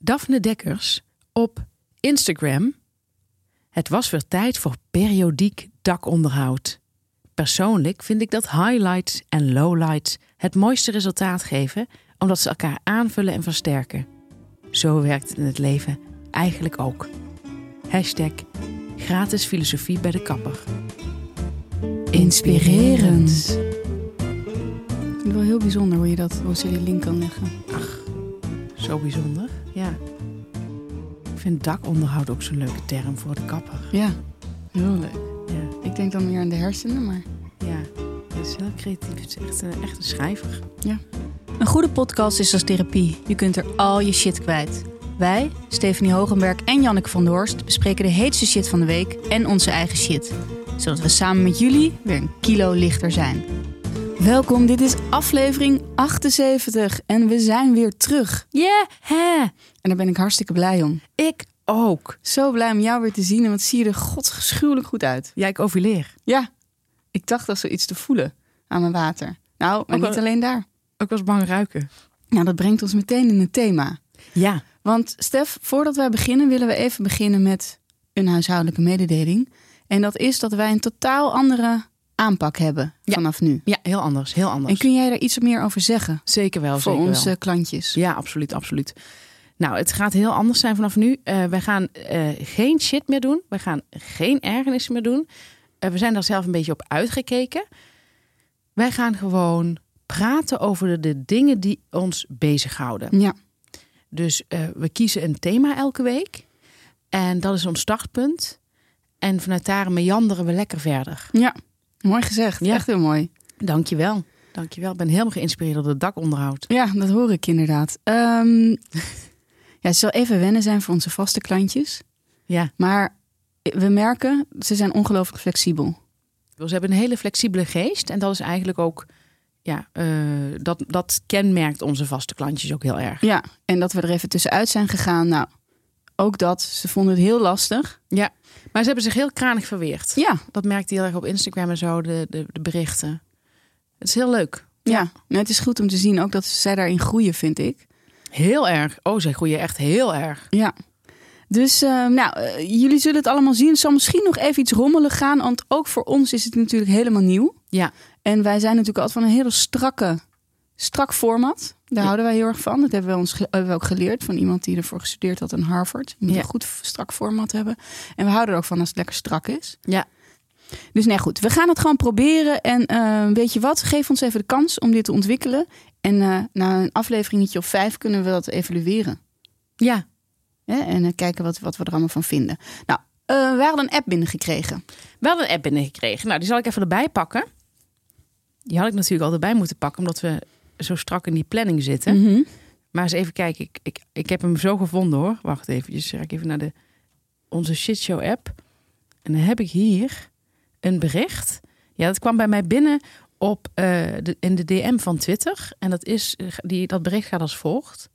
Daphne Dekkers op Instagram. Het was weer tijd voor periodiek dakonderhoud. Persoonlijk vind ik dat highlights en lowlights het mooiste resultaat geven, omdat ze elkaar aanvullen en versterken. Zo werkt het in het leven eigenlijk ook. #gratis filosofie bij de kapper. Inspirerend. Ik vind het wel heel bijzonder hoe ze die link kan leggen. Ach, zo bijzonder. Ja. Ik vind dakonderhoud ook zo'n leuke term voor de kapper. Ja, heel leuk. Ja, Ik denk dan meer aan de hersenen, maar... ja. Dat is heel creatief. Het is echt een schrijver. Ja. Een goede podcast is als therapie. Je kunt er al je shit kwijt. Wij, Stephanie Hogenberg en Janneke van der Horst, bespreken de heetste shit van de week en onze eigen shit. Zodat we samen met jullie weer een kilo lichter zijn. Welkom, dit is aflevering 78 en we zijn weer terug. Yeah! En daar ben ik hartstikke blij om. Ik ook. Zo blij om jou weer te zien en wat zie je er godsgeschuwelijk goed uit. Ja, ik ovuleer. Ja, ik dacht al zoiets te voelen aan mijn water. Nou, maar Ook niet wel- alleen daar. Ik was bang ruiken. Nou, dat brengt ons meteen in het thema. Ja. Want Stef, voordat wij beginnen willen we even beginnen met een huishoudelijke mededeling. En dat is dat wij een totaal andere aanpak hebben Ja. vanaf nu. Ja, heel anders. Heel anders. En kun jij daar iets meer over zeggen Zeker wel. voor zeker onze wel. klantjes? Ja, absoluut, absoluut. Nou, het gaat heel anders zijn vanaf nu. Wij gaan geen shit meer doen. We gaan geen ergernissen meer doen. We zijn daar zelf een beetje op uitgekeken. Wij gaan gewoon praten over de dingen die ons bezighouden. Ja, Dus we kiezen een thema elke week. En dat is ons startpunt. En vanuit daar meanderen we lekker verder. ja. Mooi gezegd. Ja. Echt heel mooi. Dankjewel. Dankjewel. Ik ben helemaal geïnspireerd door het dakonderhoud. Ja, dat hoor ik inderdaad. Ja, het zal even wennen zijn voor onze vaste klantjes. Ja. Maar we merken, ze zijn ongelooflijk flexibel. Ze hebben een hele flexibele geest. En dat is eigenlijk ook... Ja, dat kenmerkt onze vaste klantjes ook heel erg. Ja, en dat we er even tussenuit zijn gegaan. Nou, ook dat. Ze vonden het heel lastig. Ja, maar ze hebben zich heel kranig verweerd. Ja, Dat merkt hij heel erg op Instagram en zo, de berichten. Het is heel leuk. ja. Nou, het is goed om te zien ook dat zij daarin groeien, vind ik. Heel erg. Oh, zij groeien echt heel erg. Ja. Dus jullie zullen het allemaal zien. Het zal misschien nog even iets rommelig gaan. Want ook voor ons is het natuurlijk helemaal nieuw. Ja, En wij zijn natuurlijk altijd van een hele strak format. Daar houden wij heel erg van. Dat hebben we ook geleerd van iemand die ervoor gestudeerd had aan Harvard. Je moet Ja. een goed strak format hebben. En we houden er ook van als het lekker strak is. ja. Dus nee, goed. We gaan het gewoon proberen. En weet je wat? Geef ons even de kans om dit te ontwikkelen. En na een afleveringetje of 5 kunnen we dat evalueren. Ja, Hè? En kijken wat we er allemaal van vinden. Nou, we hadden een app binnengekregen. we hadden een app binnengekregen. Nou, die zal ik even erbij pakken. Die had ik natuurlijk al erbij moeten pakken, omdat we zo strak in die planning zitten. Maar eens even kijken. Ik heb hem zo gevonden hoor. Wacht eventjes. Ga ik even naar onze shitshow app. En dan heb ik hier een bericht. Ja, dat kwam bij mij binnen op in de DM van Twitter. En dat bericht gaat als volgt.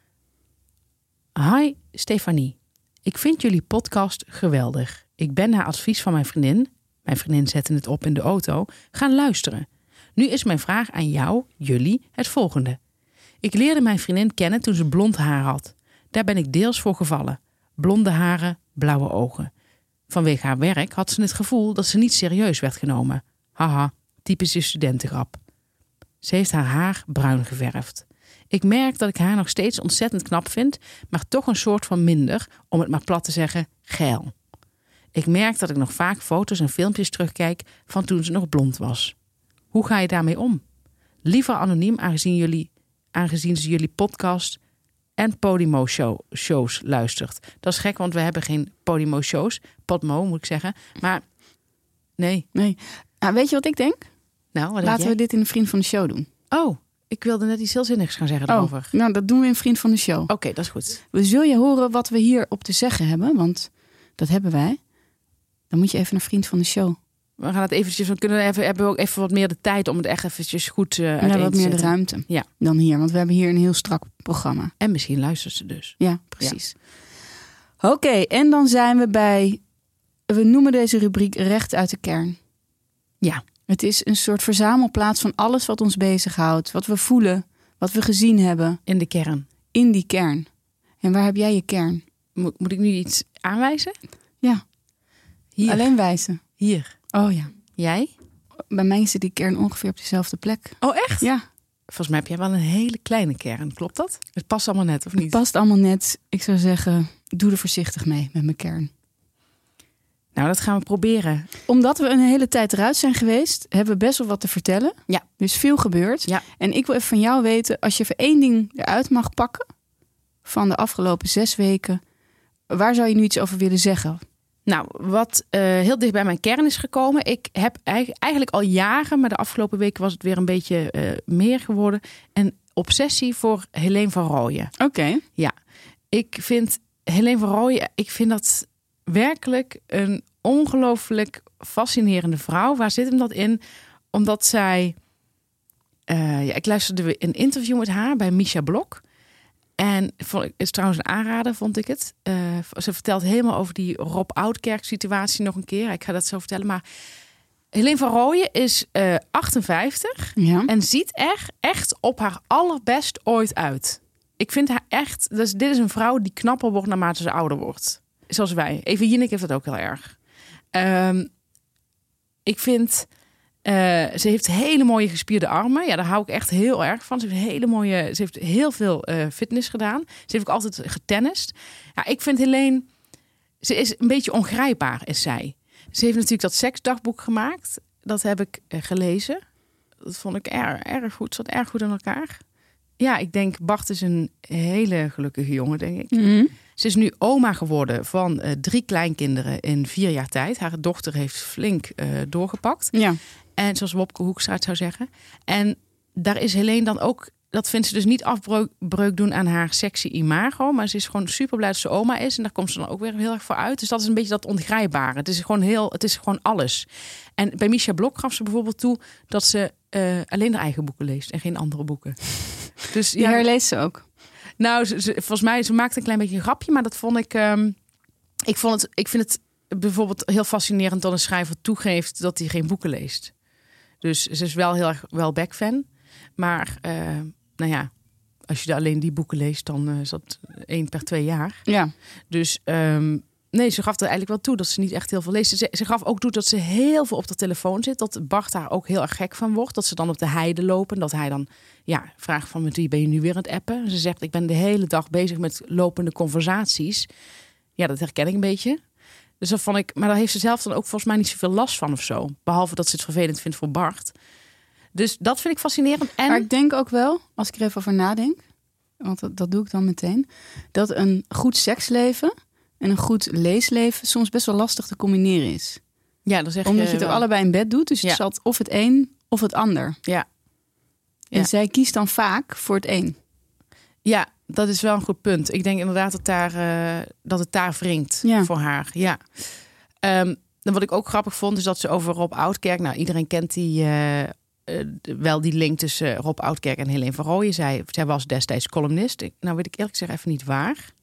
Hi Stefanie. Ik vind jullie podcast geweldig. Ik ben naar advies van mijn vriendin zette het op in de auto, gaan luisteren. Nu is mijn vraag aan jullie, het volgende. Ik leerde mijn vriendin kennen toen ze blond haar had. Daar ben ik deels voor gevallen. Blonde haren, blauwe ogen. Vanwege haar werk had ze het gevoel dat ze niet serieus werd genomen. Haha, typische studentengrap. Ze heeft haar haar bruin geverfd. Ik merk dat ik haar nog steeds ontzettend knap vind, maar toch een soort van minder, om het maar plat te zeggen, geil. Ik merk dat ik nog vaak foto's en filmpjes terugkijk van toen ze nog blond was. Hoe ga je daarmee om? Liever anoniem, aangezien ze jullie podcast en Podimo-shows luistert. Dat is gek, want we hebben geen Podimo-shows. Podmo, moet ik zeggen. Maar nee. Nee. Nou, weet je wat ik denk? Nou, wat denk Laten jij? we dit in een vriend van de show doen. Oh, ik wilde net iets heel zinnigs gaan zeggen daarover. Nou, dat doen we in Vriend van de Show. Oké, dat is goed. Zul je horen wat we hier op te zeggen hebben? Want dat hebben wij. Dan moet je even naar Vriend van de Show. We gaan het eventjes, hebben we ook even wat meer de tijd om het echt eventjes goed uiteen Ja, wat te meer de zetten. ruimte Ja. dan hier. Want we hebben hier een heel strak programma. En misschien luistert ze dus. Ja, precies. Oké, en dan zijn we bij... We noemen deze rubriek Recht uit de Kern. Ja. Het is een soort verzamelplaats van alles wat ons bezighoudt. Wat we voelen, wat we gezien hebben. In de kern. In die kern. En waar heb jij je kern? Moet ik nu iets aanwijzen? Ja, Hier. alleen wijzen. Hier. Oh ja. Jij? Bij mij zit die kern ongeveer op dezelfde plek. Oh, echt? Ja, Volgens mij heb jij wel een hele kleine kern. Klopt dat? Het past allemaal net, of het niet? past allemaal net. Ik zou zeggen, doe er voorzichtig mee met mijn kern. Nou, dat gaan we proberen. Omdat we een hele tijd eruit zijn geweest, hebben we best wel wat te vertellen. Ja. Er is veel gebeurd. Ja. En ik wil even van jou weten, als je even 1 ding eruit mag pakken van de afgelopen 6 weken, waar zou je nu iets over willen zeggen? Nou, wat heel dicht bij mijn kern is gekomen. Ik heb eigenlijk al jaren, maar de afgelopen weken was het weer een beetje meer geworden, een obsessie voor Helene van Rooyen. Oké. Ja, ik vind Helene van Rooyen, ik vind dat werkelijk een ongelooflijk fascinerende vrouw. Waar zit hem dat in? Omdat zij, ik luisterde een interview met haar bij Misha Blok. En het is trouwens een aanrader, vond ik het. Ze vertelt helemaal over die Rob Oudkerk situatie nog een keer. Ik ga dat zo vertellen. Maar Helene van Rooyen is 58 Ja. en ziet er echt op haar allerbest ooit uit. Ik vind haar echt... Dus dit is een vrouw die knapper wordt naarmate ze ouder wordt. Zoals wij. Eva Jinek heeft dat ook heel erg. Ik vind... ze heeft hele mooie gespierde armen. Ja, daar hou ik echt heel erg van. Ze heeft heel veel fitness gedaan. Ze heeft ook altijd getennist. Ja, ik vind Helene... Ze is een beetje ongrijpbaar, is zij. Ze heeft natuurlijk dat seksdagboek gemaakt. Dat heb ik gelezen. Dat vond ik erg goed. Het zat erg goed in elkaar. Ja, ik denk Bart is een hele gelukkige jongen, denk ik. Mhm. Ze is nu oma geworden van 3 kleinkinderen in 4 jaar tijd. Haar dochter heeft flink doorgepakt. Ja. En zoals Wopke Hoekstra zou zeggen. En daar is Helene dan ook... Dat vindt ze dus niet afbreuk doen aan haar sexy imago. Maar ze is gewoon super blij dat ze oma is. En daar komt ze dan ook weer heel erg voor uit. Dus dat is een beetje dat ongrijpbare. Het is gewoon alles. En bij Misha Blok gaf ze bijvoorbeeld toe dat ze alleen haar eigen boeken leest. En geen andere boeken. Dus Die herleest ze ook. Nou, volgens mij, ze maakte een klein beetje een grapje. Maar dat vond ik... Ik vind het bijvoorbeeld heel fascinerend dat een schrijver toegeeft dat hij geen boeken leest. Dus ze is wel heel erg Welbeck-fan. Maar nou ja, als je alleen die boeken leest, dan is dat 1 per 2 jaar. Ja. Dus nee, ze gaf er eigenlijk wel toe dat ze niet echt heel veel leest. Ze gaf ook toe dat ze heel veel op de telefoon zit. Dat Bart daar ook heel erg gek van wordt. Dat ze dan op de heide lopen. Dat hij dan vraagt van met wie ben je nu weer aan het appen? Ze zegt, ik ben de hele dag bezig met lopende conversaties. Ja, dat herken ik een beetje. Dus dat vond ik, maar daar heeft ze zelf dan ook volgens mij niet zoveel last van of zo. Behalve dat ze het vervelend vindt voor Bart. Dus dat vind ik fascinerend. En Maar ik denk ook wel, als ik er even over nadenk, want dat doe ik dan meteen, dat een goed seksleven en een goed leesleven soms best wel lastig te combineren is. ja, dan zeg Omdat je het wel. er allebei in bed doet, dus Ja. het zat of het een of het ander. Ja. En Ja. zij kiest dan vaak voor het een. Ja, dat is wel een goed punt. Ik denk inderdaad dat het daar wringt Ja. voor haar. Ja. En wat ik ook grappig vond, is dat ze over Rob Oudkerk... Nou, iedereen kent wel die link tussen Rob Oudkerk en Helene van Rooyen. Zij was destijds columnist. Nou weet ik eerlijk gezegd even niet waar.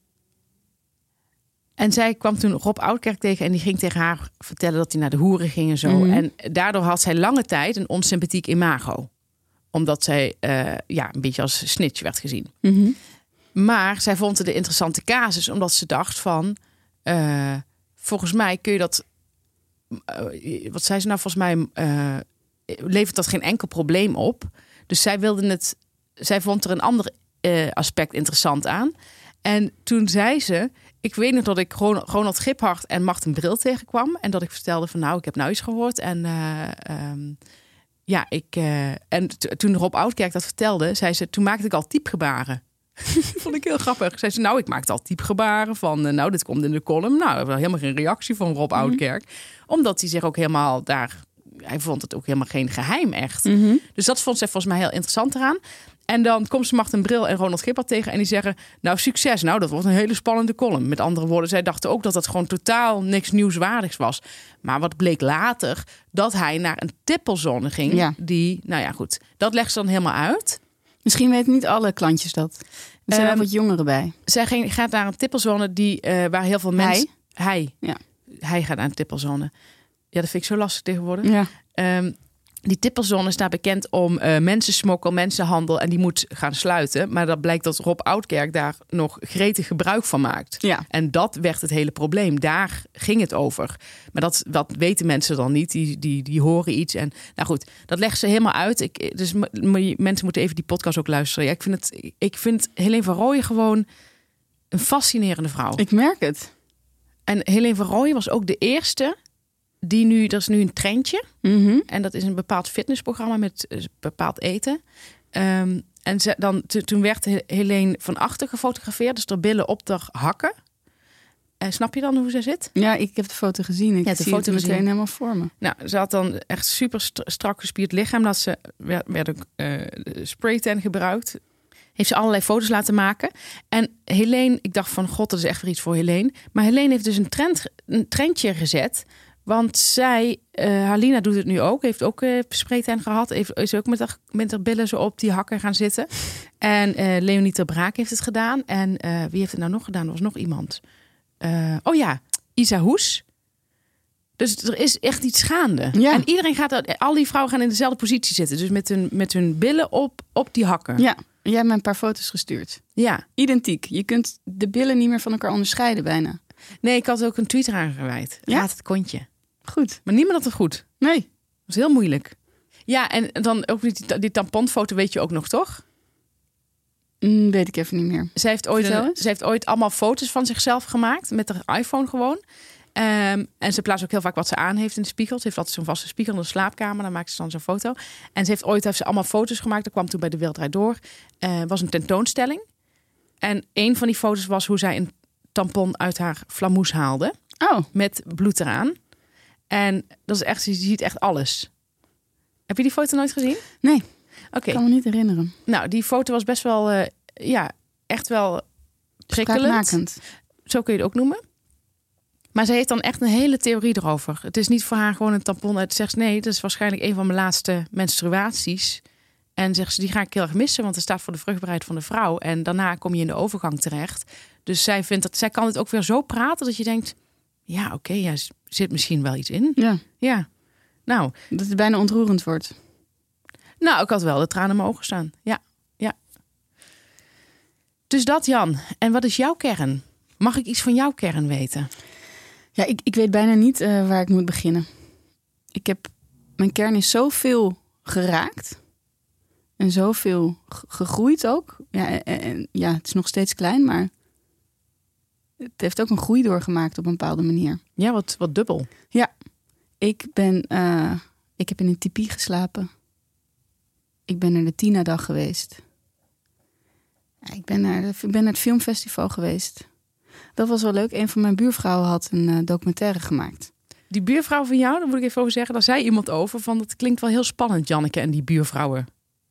En zij kwam toen Rob Oudkerk tegen en die ging tegen haar vertellen dat hij naar de hoeren ging en zo. Mhm. En daardoor had zij lange tijd een onsympathiek imago. Omdat zij een beetje als snitch werd gezien. Maar zij vond het een interessante casus, omdat ze dacht van... volgens mij kun je dat... wat zei ze nou? Volgens mij levert dat geen enkel probleem op. Dus zij vond er een ander aspect interessant aan. En toen zei ze... Ik weet nog dat ik Ronald Giphart en Martin Bril tegenkwam. En dat ik vertelde van nou, ik heb nou iets gehoord. En toen Rob Oudkerk dat vertelde, zei ze... Toen maakte ik al typgebaren. Vond ik heel grappig. Zei ze, nou, ik maakte al typgebaren van... nou, dit komt in de column. Nou, helemaal geen reactie van Rob Oudkerk. Omdat hij zich ook helemaal daar... Hij vond het ook helemaal geen geheim echt. Dus dat vond zij volgens mij heel interessant eraan. En dan komt ze Martin Bril en Ronald Giphart tegen... en die zeggen, nou, succes. Nou, dat wordt een hele spannende column. Met andere woorden, zij dachten ook dat het gewoon totaal niks nieuwswaardigs was. Maar wat bleek later, dat hij naar een tippelzone ging. Ja. Die, nou ja, goed. Dat legt ze dan helemaal uit. Misschien weten niet alle klantjes dat. Er zijn ook wat jongeren bij. Zij gaat naar een tippelzone waar heel veel mensen... Hij Ja. gaat naar een tippelzone. Ja, dat vind ik zo lastig tegenwoordig. Ja. Die Tipperzone staat bekend om mensensmokkel, mensenhandel en die moet gaan sluiten. Maar dat blijkt dat Rob Oudkerk daar nog gretig gebruik van maakt. Ja. En dat werd het hele probleem. Daar ging het over. Maar dat weten mensen dan niet. Die horen iets. En nou goed, dat legt ze helemaal uit. Dus mensen moeten even die podcast ook luisteren. Ja, ik vind Helene van Rooyen gewoon een fascinerende vrouw. Ik merk het. En Helene van Rooyen was ook de eerste dat is nu een trendje. Mm-hmm. En dat is een bepaald fitnessprogramma met bepaald eten. Toen werd Helene van achter gefotografeerd. Dus haar billen op haar hakken. Snap je dan hoe ze zit? Ja, ik heb de foto gezien. Ik zie het meteen helemaal voor me. Nou, ze had dan echt super strak gespierd lichaam. Dat ze werd ook spraytan gebruikt. Heeft ze allerlei foto's laten maken. En Helene, ik dacht van god, dat is echt weer iets voor Helene. Maar Helene heeft dus een trendje gezet. Want Halina doet het nu ook. Heeft ook spraytan gehad. Is ook met haar billen zo op die hakken gaan zitten. En Leonie ter Braak heeft het gedaan. En wie heeft het nou nog gedaan? Er was nog iemand. Isa Hoes. Dus er is echt iets gaande. Ja. En iedereen al die vrouwen gaan in dezelfde positie zitten. Dus met hun billen op die hakken. Ja, jij hebt me een paar foto's gestuurd. Ja. Identiek. Je kunt de billen niet meer van elkaar onderscheiden bijna. Nee, ik had ook een tweet eraan gewijd. Ja? Raad het kontje. Goed. Maar niemand had het goed. Nee. Dat was heel moeilijk. Ja, en dan ook die tamponfoto weet je ook nog, toch? Weet ik even niet meer. Ze heeft ooit allemaal foto's van zichzelf gemaakt. Met haar iPhone gewoon. En ze plaatst ook heel vaak wat ze aan heeft in de spiegel. Ze heeft altijd zo'n vaste spiegel in de slaapkamer. Dan maakt ze dan zo'n foto. En heeft ze allemaal foto's gemaakt. Dat kwam toen bij De Wereld Draait Door. Was een tentoonstelling. En een van die foto's was hoe zij een tampon uit haar flamoes haalde. Oh. Met bloed eraan. En dat is echt, je ziet echt alles. Heb je die foto nooit gezien? Nee. Oké. Ik kan me niet herinneren. Nou, die foto was best wel, echt wel prikkelend. Spraakmakend. Zo kun je het ook noemen. Maar ze heeft dan echt een hele theorie erover. Het is niet voor haar gewoon een tampon uit. Zegt nee, dat is waarschijnlijk een van mijn laatste menstruaties. En zegt ze, die ga ik heel erg missen, want het staat voor de vruchtbaarheid van de vrouw. En daarna kom je in de overgang terecht. Dus zij kan het ook weer zo praten dat je denkt, ja, oké, er zit misschien wel iets in. Ja. Nou. Dat het bijna ontroerend wordt. Nou, ik had wel de tranen in mijn ogen staan. Ja. Dus dat, Jan. En wat is jouw kern? Mag ik iets van jouw kern weten? Ja, ik weet bijna niet waar ik moet beginnen. Mijn kern is zoveel geraakt. En zoveel gegroeid ook. Ja, het is nog steeds klein, maar het heeft ook een groei doorgemaakt op een bepaalde manier. Ja, wat dubbel. Ja, ik heb in een tipi geslapen. Ik ben naar de Tina-dag geweest. Ik ben naar het filmfestival geweest. Dat was wel leuk. Een van mijn buurvrouwen had een documentaire gemaakt. Die buurvrouw van jou, daar moet ik even over zeggen. Daar zei iemand over van, dat klinkt wel heel spannend, Janneke en die buurvrouwen.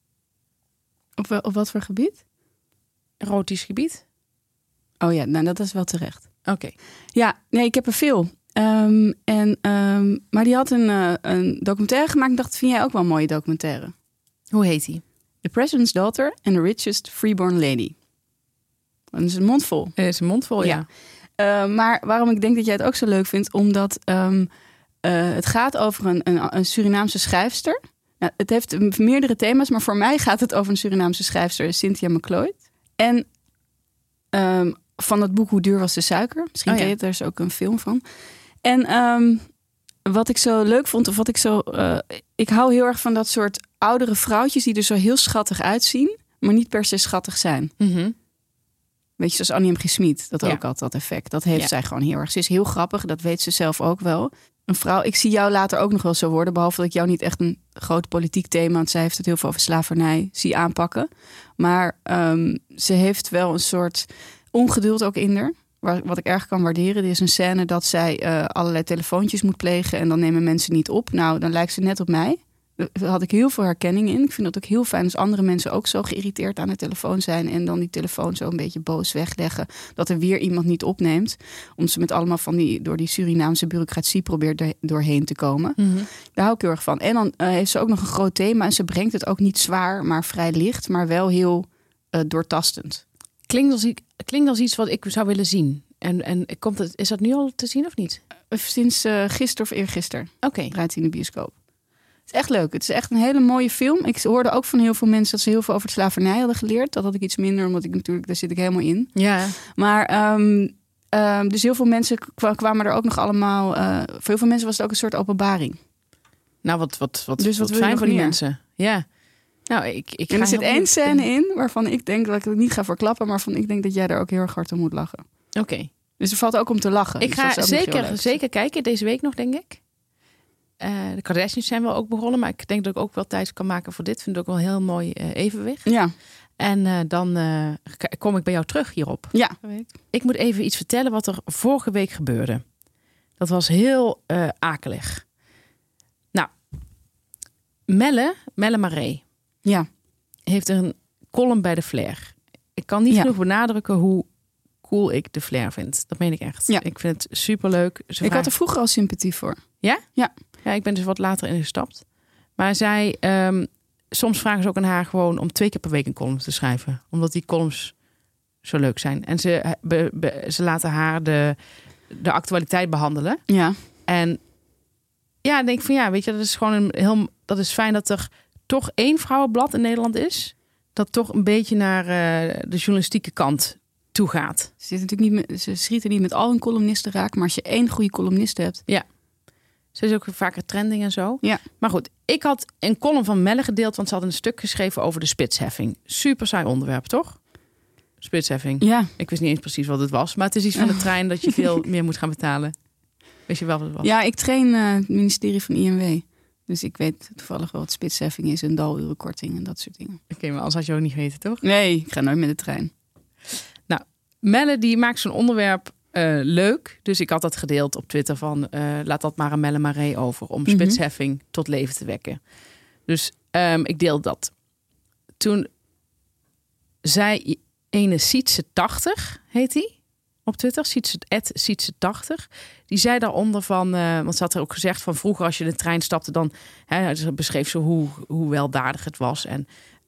Op wat voor gebied? Erotisch gebied? Oh ja, nou dat is wel terecht. Oké. Ja, nee, ik heb er veel. Maar die had een documentaire gemaakt. Ik dacht, vind jij ook wel een mooie documentaire? Hoe heet die? The President's Daughter and the Richest Freeborn Lady. Dat is een mond vol. Het is een mond vol, ja. Maar waarom ik denk dat jij het ook zo leuk vindt, omdat het gaat over een Surinaamse schrijfster. Nou, het heeft meerdere thema's, maar voor mij gaat het over een Surinaamse schrijfster, Cynthia McLeod. En van het boek Hoe duur was de suiker? Misschien ken je het, daar is ook een film van. En wat ik zo leuk vond, of wat ik zo... ik hou heel erg van dat soort oudere vrouwtjes die er zo heel schattig uitzien, maar niet per se schattig zijn. Mm-hmm. Weet je, zoals Annie M. G. Schmid, dat ook had dat effect. Dat heeft zij gewoon heel erg. Ze is heel grappig, dat weet ze zelf ook wel. Een vrouw, ik zie jou later ook nog wel zo worden, behalve dat ik jou niet echt een groot politiek thema, want zij heeft het heel veel over slavernij, zie aanpakken. Maar ze heeft wel een soort ongeduld ook in haar, wat ik erg kan waarderen. Er is een scène dat zij allerlei telefoontjes moet plegen en dan nemen mensen niet op. Nou, dan lijkt ze net op mij. Daar had ik heel veel herkenning in. Ik vind het ook heel fijn als andere mensen ook zo geïrriteerd aan de telefoon zijn en dan die telefoon zo een beetje boos wegleggen dat er weer iemand niet opneemt. Omdat ze met allemaal door die Surinaamse bureaucratie probeert doorheen te komen. Mm-hmm. Daar hou ik heel erg van. En dan heeft ze ook nog een groot thema en ze brengt het ook niet zwaar, maar vrij licht, maar wel heel doortastend. Klinkt als iets wat ik zou willen zien. En is dat nu al te zien of niet? Sinds gisteren of eergisteren. Oké. Draait hij in de bioscoop. Het is echt leuk. Het is echt een hele mooie film. Ik hoorde ook van heel veel mensen dat ze heel veel over de slavernij hadden geleerd. Dat had ik iets minder, omdat ik natuurlijk, daar zit ik helemaal in. Ja. Maar dus heel veel mensen kwamen er ook nog allemaal. Voor heel veel mensen was het ook een soort openbaring. Nou, wat Dus wat wil je fijn nog voor die meer? mensen. Ja. Nou, ik En er zit heel één benieuwd- scène in waarvan ik denk dat ik het niet ga verklappen, maar van ik denk dat jij er ook heel erg hard om moet lachen. Oké. Dus er valt ook om te lachen. Ik Dus dat ga is ook nog heel leuk. zeker kijken deze week nog, denk ik. De Kardashians zijn wel ook begonnen, maar ik denk dat ik ook wel tijd kan maken voor dit. Vind ik ook wel een heel mooi evenwicht. Ja, En dan kom ik bij jou terug hierop. ja. Ik moet even iets vertellen wat er vorige week gebeurde. Dat was heel akelig. Nou, Melle Maré Ja. heeft een column bij de Flair. Ik kan niet Ja. genoeg benadrukken hoe cool ik de Flair vind. Dat meen ik echt. Ja. Ik vind het superleuk. Ik had er vroeger al sympathie voor. Ja? Ja. Ja, ik ben dus wat later ingestapt. Maar zij, soms vragen ze ook aan haar gewoon om 2 keer per week een column te schrijven. Omdat die columns zo leuk zijn. En ze laten haar de actualiteit behandelen. Ja. En ja, dan denk ik van ja, weet je, dat is gewoon dat is fijn dat er toch 1 vrouwenblad in Nederland is. Dat toch een beetje naar de journalistieke kant toe gaat. Ze schieten niet met al hun columnisten raak, maar als je 1 goede columnist hebt. Ze is ook vaker trending en zo. Ja. Maar goed, ik had een column van Melle gedeeld, want ze had een stuk geschreven over de spitsheffing. Super saai onderwerp, toch? Spitsheffing. Ja. Ik wist niet eens precies wat het was, maar het is iets van de trein dat je veel meer moet gaan betalen. Weet je wel wat het was? Ja, ik train het ministerie van INW. Dus ik weet toevallig wel wat spitsheffing is, een dalurenkorting en dat soort dingen. Oké, maar anders had je ook niet weten, toch? Nee, ik ga nooit met de trein. Nou, Melle die maakt zo'n onderwerp leuk. Dus ik had dat gedeeld op Twitter van laat dat maar aan Melle Maré over om spitsheffing tot leven te wekken. Dus ik deelde dat. Toen zei ene Sietse80, heet hij op Twitter, Sietse80. Die zei daaronder van, want ze had er ook gezegd van vroeger als je in de trein stapte, dan ze beschreef ze hoe weldadig het was. En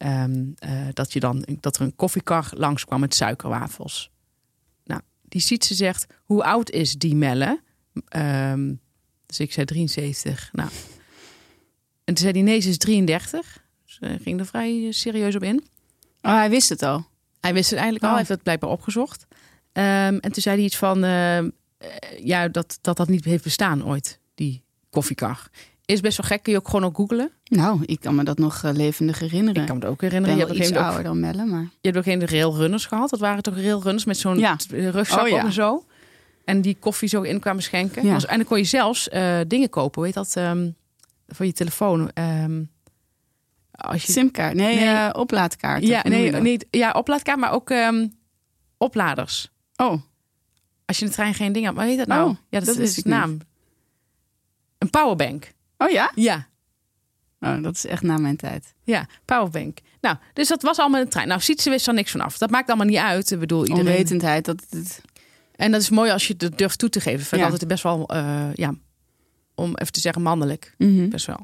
dat er een koffiekar langskwam met suikerwafels. Nou, die Sietse zegt, hoe oud is die Melle? Dus ik zei 73. Nou. En toen zei die nee, ze is 33. Dus ging er vrij serieus op in. Oh, hij wist het al. Hij wist het eigenlijk al, hij heeft het blijkbaar opgezocht. En toen zei hij iets van dat niet heeft bestaan ooit, die koffiekar. Is best wel gek, kun je ook gewoon ook googlen. Nou, ik kan me dat nog levendig herinneren. Ik kan me het ook Ik herinneren. ben Je wel hebt iets ook ouder dan Melle, maar... Je hebt ook geen railrunners gehad. Dat waren toch railrunners met zo'n rugzak Oh, ja. op en zo. En die koffie zo in kwamen schenken. Ja. En dan kon je zelfs dingen kopen. Weet dat? Voor je telefoon. Als je... Simkaart. Nee, oplaadkaart. Ja, oplaadkaart, maar ook opladers. Oh, Als je in de trein geen ding had. Maar weet dat nou? Oh, Ja, dat dat is wist de ik naam. Een powerbank. oh ja? Ja. Oh, dat is echt na mijn tijd. Ja, powerbank. Nou, dus dat was allemaal in de trein. Nou, Sietse wist er niks van af. Dat maakt allemaal niet uit. Ik bedoel, iedereen... Onwetendheid. Dat het... En dat is mooi als je het durft toe te geven. Ik vind Ja. altijd best wel, om even te zeggen mannelijk. Mhm. Best wel.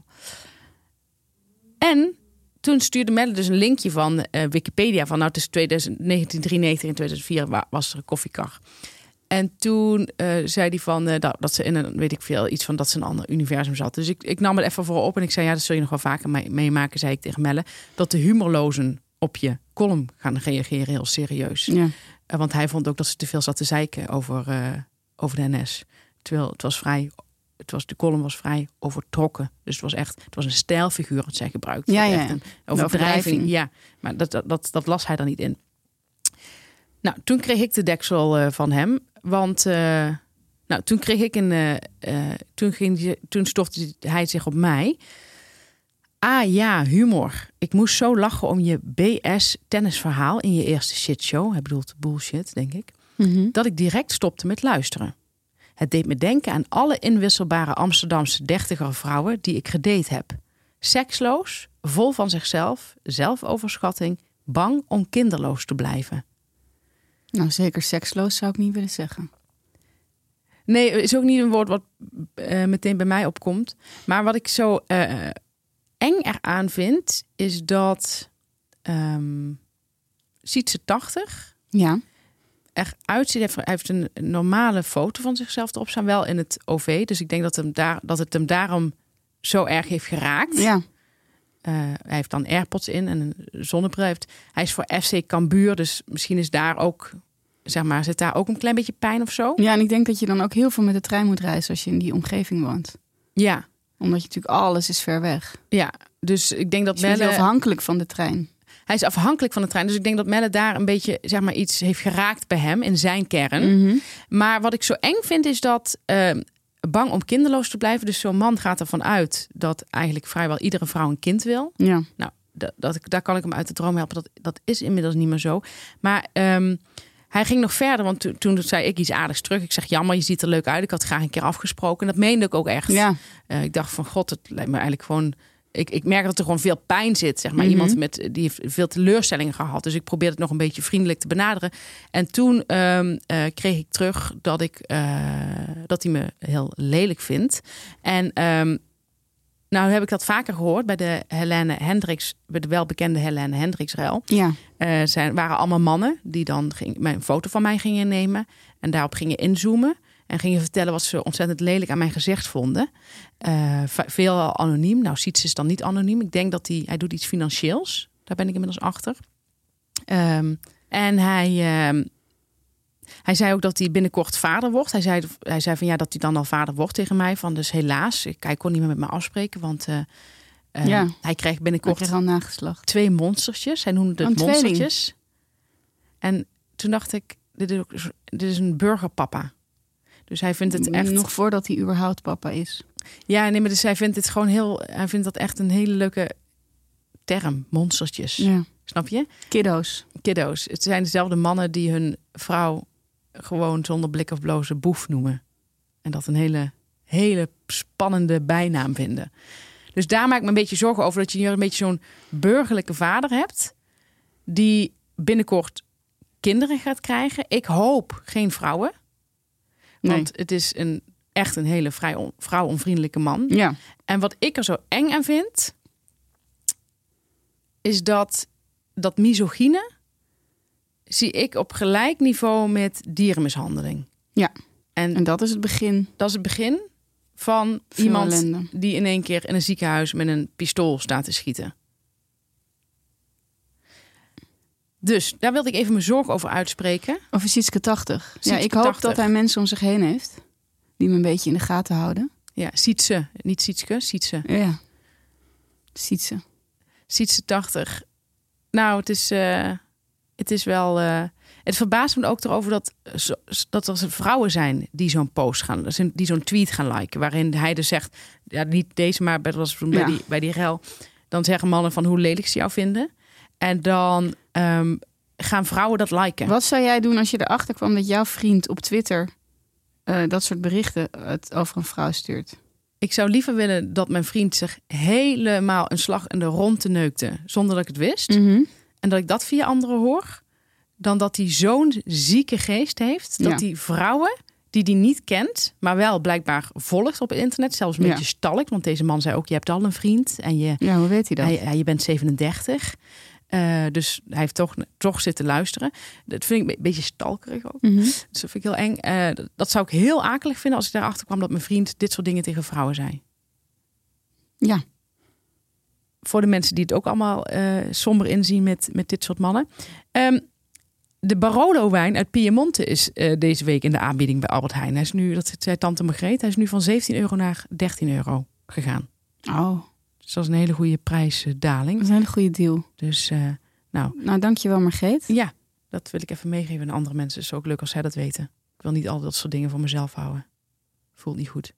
En toen stuurde Melle dus een linkje van Wikipedia. Van nou, tussen 1993 en 2004 was er een koffiekar. En toen zei hij van dat ze in een, weet ik veel, iets van dat ze een ander universum zat. Dus ik nam het even voor op en ik zei, ja, dat zul je nog wel vaker meemaken, zei ik tegen Melle. Dat de humorlozen op je column gaan reageren heel serieus. Ja. Want hij vond ook dat ze te veel zat te zeiken over de NS. Terwijl de column was vrij overtrokken. Dus het was een stijlfiguur dat zij gebruikte. Ja, Echt een overdrijving. overdrijving. Ja, maar dat las hij dan niet in. Nou, toen kreeg ik de deksel van hem. Want toen kreeg ik toen stortte hij zich op mij. Ah ja, humor. Ik moest zo lachen om je BS-tennisverhaal in je eerste shitshow. Hij bedoelt bullshit, denk ik. Mhm. Dat ik direct stopte met luisteren. Het deed me denken aan alle inwisselbare Amsterdamse 30er vrouwen die ik gedate heb. Seksloos, vol van zichzelf, zelfoverschatting, bang om kinderloos te blijven. Nou, zeker seksloos zou ik niet willen zeggen. Nee, is ook niet een woord wat meteen bij mij opkomt. Maar wat ik zo eng eraan vind, is dat Sietse 80 Ja. eruit ziet. Hij heeft een normale foto van zichzelf erop staan, wel in het OV. Dus ik denk dat het hem daarom zo erg heeft geraakt. Ja. Hij heeft dan AirPods in en een zonnebril. Hij is voor FC Cambuur, dus misschien is daar ook, zeg maar, zit daar ook een klein beetje pijn of zo. Ja, en ik denk dat je dan ook heel veel met de trein moet reizen als je in die omgeving woont. Ja. Omdat je natuurlijk alles is ver weg. Ja, dus ik denk dat Dus je bent Melle... heel afhankelijk van de trein. Hij is afhankelijk van de trein. Dus ik denk dat Melle daar een beetje, zeg maar, iets heeft geraakt bij hem in zijn kern. Mm-hmm. Maar wat ik zo eng vind is dat bang om kinderloos te blijven. Dus zo'n man gaat ervan uit dat eigenlijk vrijwel iedere vrouw een kind wil. Ja. Nou, daar kan ik hem uit de droom helpen. Dat is inmiddels niet meer zo. Maar hij ging nog verder, want toen zei ik iets aardigs terug. Ik zeg, jammer, je ziet er leuk uit. Ik had graag een keer afgesproken. En dat meende ik ook echt. Ja. Ik dacht van, god, het lijkt me eigenlijk gewoon... Ik merk dat er gewoon veel pijn zit. Zeg maar. Mm-hmm. Iemand die heeft veel teleurstellingen gehad. Dus ik probeerde het nog een beetje vriendelijk te benaderen. En toen kreeg ik terug dat hij me heel lelijk vindt. En nou heb ik dat vaker gehoord bij de Helene Hendricks, bij de welbekende Helene Hendricks-ruil. Ja. Waren allemaal mannen die dan een foto van mij gingen nemen. En daarop gingen inzoomen. En gingen vertellen wat ze ontzettend lelijk aan mijn gezicht vonden. Veel anoniem. Nou, Siets is dan niet anoniem. Ik denk dat hij doet iets financieels. Daar ben ik inmiddels achter. En hij zei ook dat hij binnenkort vader wordt. Hij zei van ja, dat hij dan al vader wordt tegen mij. Van dus helaas, hij kon niet meer met me afspreken. Want hij kreeg binnenkort al nageslacht. 2 monstertjes. Hij noemde het monstertjes. En toen dacht ik, dit is een burgerpapa. Dus hij vindt het echt... Nog voordat hij überhaupt papa is. Ja, nee, maar dus hij vindt het gewoon hij vindt dat echt een hele leuke term. Monstertjes. Ja. Snap je? Kiddo's. Het zijn dezelfde mannen die hun vrouw gewoon zonder blik of blozen boef noemen. En dat een hele, hele spannende bijnaam vinden. Dus daar maak ik me een beetje zorgen over dat je hier een beetje zo'n burgerlijke vader hebt. Die binnenkort kinderen gaat krijgen. Ik hoop geen vrouwen. Want het is echt een hele vrouwonvriendelijke man. Ja. En wat ik er zo eng aan vind, is dat misogyne zie ik op gelijk niveau met dierenmishandeling. Ja. En dat is het begin. Dat is het begin van veel iemand ellende. Die in één keer in een ziekenhuis met een pistool staat te schieten. Dus daar wilde ik even mijn zorg over uitspreken. Over Sietske 80. Ja, ik 80. hoop dat hij mensen om zich heen heeft die me een beetje in de gaten houden. Ja, Sietse. Niet Sietske, Sietse. Ja. Sietse. Sietse 80. Nou, het is wel... Het verbaast me ook erover dat er vrouwen zijn die zo'n post gaan... die zo'n tweet gaan liken. Waarin hij dus zegt... Ja, niet deze, maar bij die rel. Dan zeggen mannen van hoe lelijk ze jou vinden. En dan gaan vrouwen dat liken. Wat zou jij doen als je erachter kwam dat jouw vriend op Twitter... dat soort berichten over een vrouw stuurt? Ik zou liever willen dat mijn vriend zich helemaal een slag in de ronde neukte... zonder dat ik het wist. Mm-hmm. En dat ik dat via anderen hoor... dan dat hij zo'n zieke geest heeft... dat die vrouwen die niet kent... maar wel blijkbaar volgt op het internet... zelfs een beetje stalkt. Want deze man zei ook, je hebt al een vriend. En hoe weet hij dat? Je bent 37. Dus hij heeft toch zitten luisteren. Dat vind ik een beetje stalkerig ook. Mm-hmm. Dus dat vind ik heel eng. Dat zou ik heel akelig vinden als ik daarachter kwam... dat mijn vriend dit soort dingen tegen vrouwen zei. Ja. Voor de mensen die het ook allemaal somber inzien met dit soort mannen. De Barolo-wijn uit Piemonte is deze week in de aanbieding bij Albert Heijn. Hij is nu, dat zei tante Margreet, hij is nu van €17 naar €13 gegaan. Oh. Dus dat is een hele goede prijsdaling. Dat is een hele goede deal. Dus, Nou, dankjewel Margreet. Ja, dat wil ik even meegeven aan andere mensen. Het is ook leuk als zij dat weten. Ik wil niet al dat soort dingen voor mezelf houden. Voelt niet goed.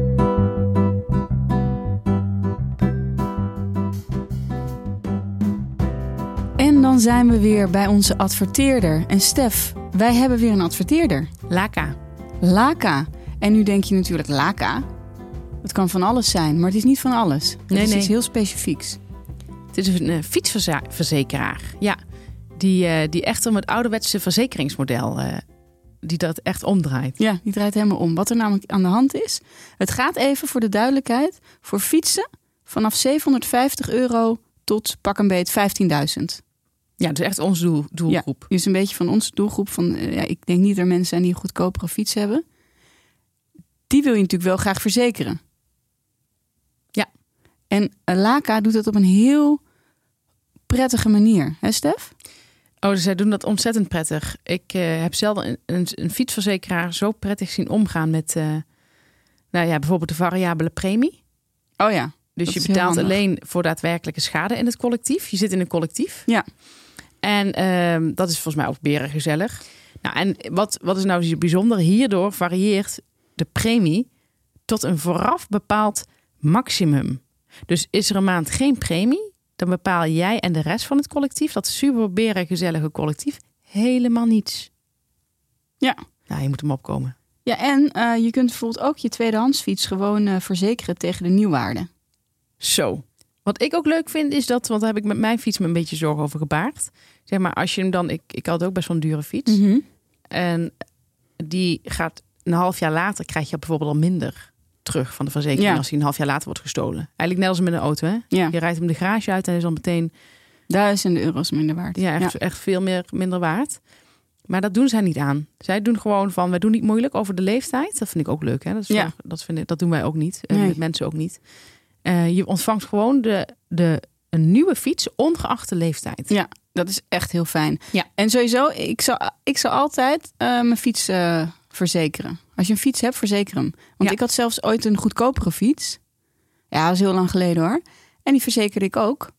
En dan zijn we weer bij onze adverteerder. En Stef, wij hebben weer een adverteerder. Laka. En nu denk je natuurlijk, Laka? Het kan van alles zijn, maar het is niet van alles. Het is iets heel specifieks. Het is een fietsverzekeraar. Ja, die echt om het ouderwetse verzekeringsmodel... die dat echt omdraait. Ja, die draait helemaal om. Wat er namelijk aan de hand is... Het gaat even voor de duidelijkheid... voor fietsen vanaf €750 tot pak een beet 15.000. Ja, dat is echt onze doelgroep. Ja, dus een beetje van onze doelgroep. Ik denk niet dat er mensen zijn die een goedkopere fiets hebben. Die wil je natuurlijk wel graag verzekeren. Ja. En Laka doet het op een heel prettige manier. Hè, Stef? Oh, dus zij doen dat ontzettend prettig. Ik heb zelden een fietsverzekeraar zo prettig zien omgaan met bijvoorbeeld de variabele premie. Oh ja. Dus je betaalt alleen voor daadwerkelijke schade in het collectief. Je zit in een collectief. Ja. En dat is volgens mij ook berengezellig. Nou, en wat is nou bijzonder? Hierdoor varieert de premie tot een vooraf bepaald maximum. Dus is er een maand geen premie, dan bepaal jij en de rest van het collectief, dat super berengezellige collectief, helemaal niets. Ja. Nou, je moet hem opkomen. Ja, en je kunt bijvoorbeeld ook je tweedehandsfiets gewoon verzekeren tegen de nieuwwaarde. Zo. Wat ik ook leuk vind is dat, want daar heb ik met mijn fiets me een beetje zorgen over gebaard. Zeg maar, als je hem dan, ik had ook best wel een dure fiets. Mm-hmm. En die gaat een half jaar later, krijg je bijvoorbeeld al minder terug van de verzekering als hij een half jaar later wordt gestolen. Eigenlijk net als met een auto, hè? Ja. Je rijdt hem de garage uit en is dan meteen €1000 minder waard. Ja, echt veel minder waard. Maar dat doen zij niet aan. Zij doen gewoon van, wij doen niet moeilijk over de leeftijd. Dat vind ik ook leuk, hè? Dat doen wij ook niet. Nee. Met mensen ook niet. Je ontvangt gewoon een nieuwe fiets, ongeacht de leeftijd. Ja, dat is echt heel fijn. Ja. En sowieso, ik zou altijd mijn fiets verzekeren. Als je een fiets hebt, verzeker hem. Want ik had zelfs ooit een goedkopere fiets. Ja, dat is heel lang geleden hoor. En die verzekerde ik ook.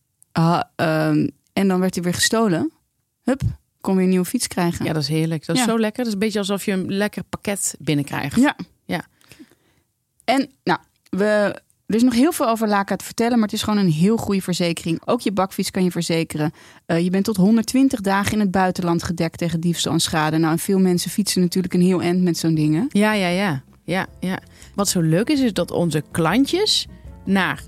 En dan werd hij weer gestolen. Hup, kon weer een nieuwe fiets krijgen. Ja, dat is heerlijk. Dat is zo lekker. Dat is een beetje alsof je een lekker pakket binnenkrijgt. Ja. En nou, er is nog heel veel over Laka te vertellen, maar het is gewoon een heel goede verzekering. Ook je bakfiets kan je verzekeren. Je bent tot 120 dagen in het buitenland gedekt tegen diefstal en schade. Nou, en veel mensen fietsen natuurlijk een heel eind met zo'n dingen. Ja. Wat zo leuk is dat onze klantjes naar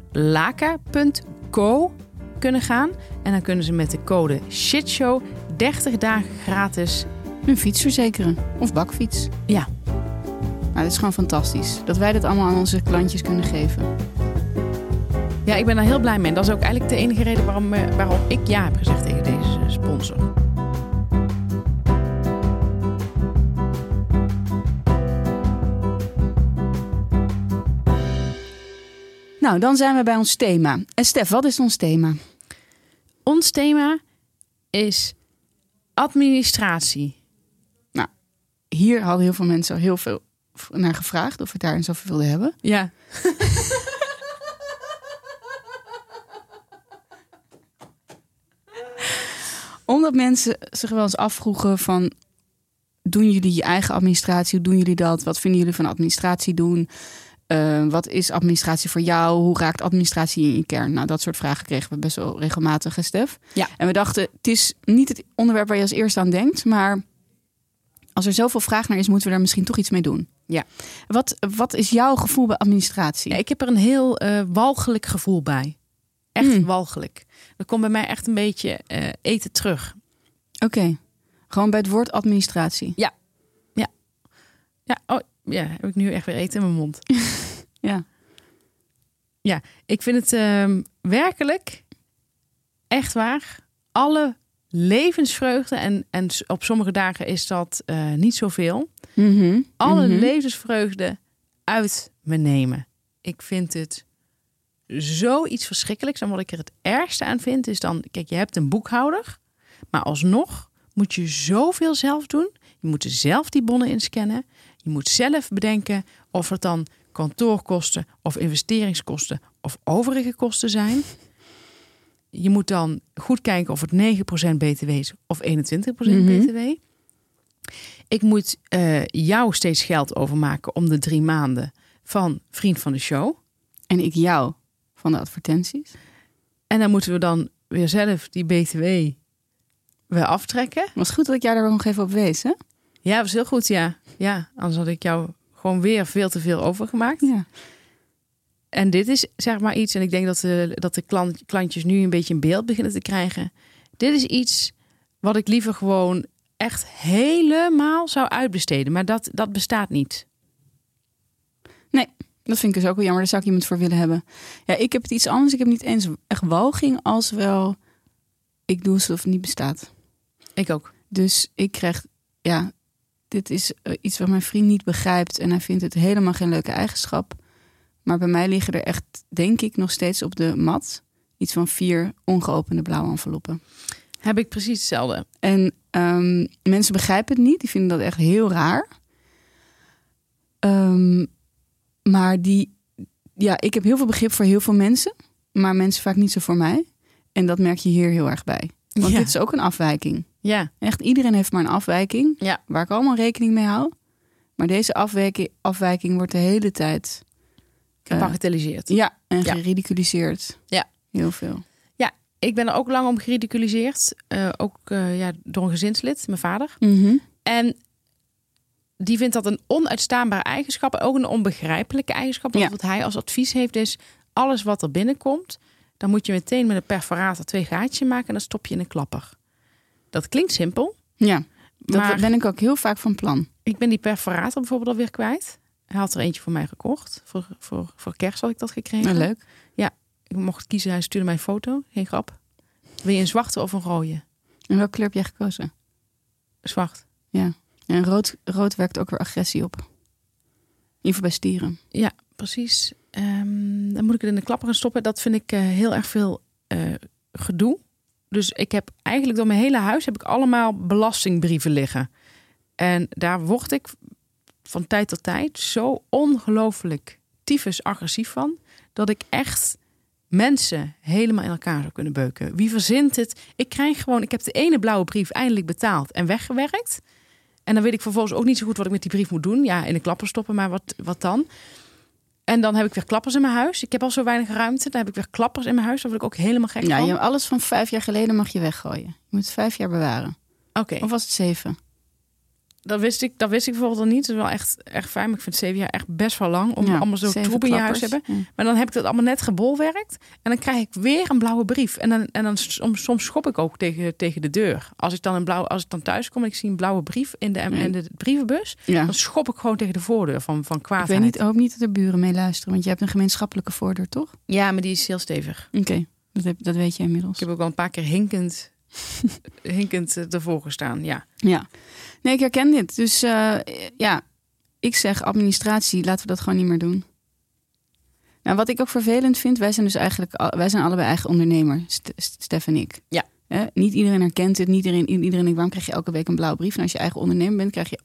laka.co kunnen gaan. En dan kunnen ze met de code SHITSHOW 30 dagen gratis een fiets verzekeren. Of bakfiets. Ja. Nou, dat is gewoon fantastisch. Dat wij dat allemaal aan onze klantjes kunnen geven. Ja, ik ben daar heel blij mee. En dat is ook eigenlijk de enige reden waarom ik ja heb gezegd tegen deze sponsor. Nou, dan zijn we bij ons thema. En Stef, wat is ons thema? Ons thema is administratie. Nou, hier hadden heel veel mensen heel veel naar gevraagd of we het daar zoveel wilden hebben. Ja. Omdat mensen zich wel eens afvroegen van, doen jullie je eigen administratie? Hoe doen jullie dat? Wat vinden jullie van administratie doen? Wat is administratie voor jou? Hoe raakt administratie in je kern? Nou, dat soort vragen kregen we best wel regelmatig, Stef. Ja. En we dachten, het is niet het onderwerp waar je als eerste aan denkt, maar als er zoveel vraag naar is, moeten we daar misschien toch iets mee doen. Ja. Wat is jouw gevoel bij administratie? Ja, ik heb er een heel walgelijk gevoel bij. Echt walgelijk. Er komt bij mij echt een beetje eten terug. Oké. Gewoon bij het woord administratie. Ja. Ja, heb ik nu echt weer eten in mijn mond. Ja, ik vind het werkelijk echt waar. Alle levensvreugde, en op sommige dagen is dat niet zoveel. Mm-hmm. Alle levensvreugde uit me nemen. Ik vind het zoiets verschrikkelijks. En wat ik er het ergste aan vind is dan, kijk, je hebt een boekhouder, maar alsnog moet je zoveel zelf doen. Je moet zelf die bonnen inscannen. Je moet zelf bedenken of het dan kantoorkosten of investeringskosten of overige kosten zijn. Je moet dan goed kijken of het 9% BTW is of 21% BTW. Ik moet jou steeds geld overmaken om de 3 maanden van Vriend van de Show. En ik jou van de advertenties. En dan moeten we dan weer zelf die BTW weer aftrekken. Was goed dat ik jou daar nog even op wees, hè? Ja, dat was heel goed, ja. Ja, anders had ik jou gewoon weer veel te veel overgemaakt. Ja. En dit is zeg maar iets, en ik denk dat de klantjes nu een beetje een beeld beginnen te krijgen. Dit is iets wat ik liever gewoon echt helemaal zou uitbesteden. Maar dat bestaat niet. Nee, dat vind ik dus ook wel jammer. Daar zou ik iemand voor willen hebben. Ja, ik heb het iets anders. Ik heb niet eens echt walging als wel ik doe alsof het niet bestaat. Ik ook. Dus ik krijg, dit is iets wat mijn vriend niet begrijpt. En hij vindt het helemaal geen leuke eigenschap. Maar bij mij liggen er echt, denk ik, nog steeds op de mat iets van 4 ongeopende blauwe enveloppen. Heb ik precies hetzelfde. En mensen begrijpen het niet. Die vinden dat echt heel raar. Maar ik heb heel veel begrip voor heel veel mensen. Maar mensen vaak niet zo voor mij. En dat merk je hier heel erg bij. Want dit is ook een afwijking. Ja. Echt, iedereen heeft maar een afwijking. Ja. Waar ik allemaal rekening mee hou. Maar deze afwijking wordt de hele tijd Gebagatelliseerd. en geridiculiseerd. Ja. Heel veel. Ja, ik ben er ook lang om geridiculiseerd. Ook door een gezinslid, mijn vader. Mm-hmm. En die vindt dat een onuitstaanbare eigenschap. En ook een onbegrijpelijke eigenschap. Want wat hij als advies heeft is... alles wat er binnenkomt... dan moet je meteen met een perforator 2 gaatjes maken... en dan stop je in een klapper. Dat klinkt simpel. Ja, dat maar ben ik ook heel vaak van plan. Ik ben die perforator bijvoorbeeld alweer kwijt. Hij had er eentje voor mij gekocht. Voor kerst had ik dat gekregen. Leuk. Ja, ik mocht kiezen. Hij stuurde mij een foto. Geen grap. Wil je een zwarte of een rode? En welke kleur heb jij gekozen? Zwart. Ja. En rood werkt ook weer agressie op. In ieder geval bij stieren. Ja, precies. Dan moet ik het in de klapper gaan stoppen. Dat vind ik heel erg veel gedoe. Dus ik heb eigenlijk door mijn hele huis... heb ik allemaal belastingbrieven liggen. En daar word ik van tijd tot tijd... zo ongelooflijk tyfus agressief van... dat ik echt mensen helemaal in elkaar zou kunnen beuken. Wie verzint het? Ik heb de ene blauwe brief eindelijk betaald en weggewerkt... En dan weet ik vervolgens ook niet zo goed wat ik met die brief moet doen. Ja, in de klapper stoppen, maar wat dan? En dan heb ik weer klappers in mijn huis. Ik heb al zo weinig ruimte. Dan heb ik weer klappers in mijn huis. Daar word ik ook helemaal gek van. Ja, alles van 5 jaar geleden mag je weggooien. Je moet het 5 jaar bewaren. Oké. Of was het 7? Dat wist ik bijvoorbeeld al niet. Dat is wel echt fijn. Maar ik vind 7 jaar echt best wel lang. Om allemaal zo troep in je huis te hebben. Ja. Maar dan heb ik dat allemaal net gebolwerkt. En dan krijg ik weer een blauwe brief. En dan soms schop ik ook tegen de deur. Als ik dan thuis kom en ik zie een blauwe brief in de brievenbus. Ja. Dan schop ik gewoon tegen de voordeur van kwaadheid. Ik hoop niet dat er buren mee luisteren. Want je hebt een gemeenschappelijke voordeur, toch? Ja, maar die is heel stevig. Oké, dat weet je inmiddels. Ik heb ook al een paar keer hinkend ervoor gestaan, ja. Nee, ik herken dit. Dus ik zeg administratie, laten we dat gewoon niet meer doen. Nou, wat ik ook vervelend vind, wij zijn allebei eigen ondernemer, Stef en ik. Ja. Niet iedereen herkent het, niet iedereen denkt, waarom krijg je elke week een blauwe brief? En als je eigen ondernemer bent, krijg je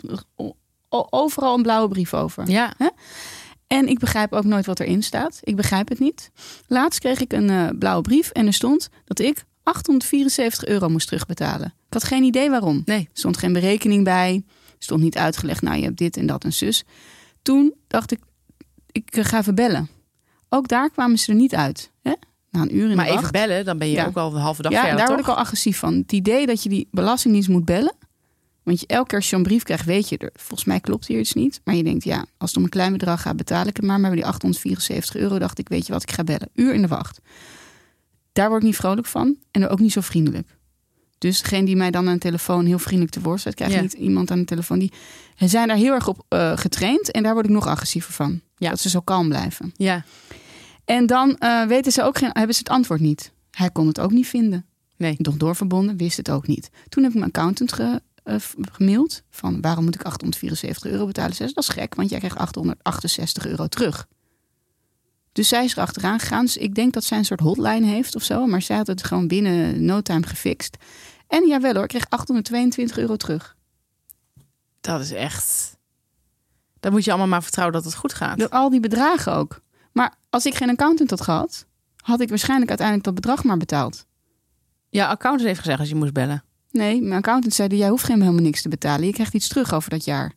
overal een blauwe brief over. Ja. En ik begrijp ook nooit wat erin staat. Ik begrijp het niet. Laatst kreeg ik een blauwe brief en er stond dat ik €874 moest terugbetalen. Ik had geen idee waarom. Nee. Er stond geen berekening bij. Stond niet uitgelegd, nou je hebt dit en dat en zus. Toen dacht ik ga even bellen. Ook daar kwamen ze er niet uit. Hè? Na een uur in maar de wacht. Even bellen, dan ben je ook al de halve dag verder, daar toch? word ik al agressief van. Het idee dat je die belastingdienst moet bellen. Want elke keer als je zo'n brief krijgt, weet je, volgens mij klopt hier iets niet. Maar je denkt, ja, als het om een klein bedrag gaat, betaal ik het maar. Maar bij die €874 dacht ik, weet je wat, ik ga bellen. Uur in de wacht. Daar word ik niet vrolijk van en ook niet zo vriendelijk. Dus degene die mij dan aan de telefoon heel vriendelijk te woord staat, krijgt niet iemand aan de telefoon. Die zijn daar heel erg op getraind en daar word ik nog agressiever van. Ja. Dat ze zo kalm blijven. Ja. En dan hebben ze het antwoord niet. Hij kon het ook niet vinden. Nee. Nog doorverbonden, wist het ook niet. Toen heb ik mijn accountant gemaild van waarom moet ik €874 betalen? Ze zei, dat is gek, want jij krijgt €868 terug. Dus zij is er achteraan gegaan. Dus ik denk dat zij een soort hotline heeft of zo. Maar zij had het gewoon binnen no time gefixt. En jawel hoor, ik kreeg €822 terug. Dat is echt... Dan moet je allemaal maar vertrouwen dat het goed gaat. Door al die bedragen ook. Maar als ik geen accountant had gehad, had ik waarschijnlijk uiteindelijk dat bedrag maar betaald. Ja, accountant heeft gezegd als je moest bellen. Nee, mijn accountant zei, jij hoeft helemaal niks te betalen. Je krijgt iets terug over dat jaar.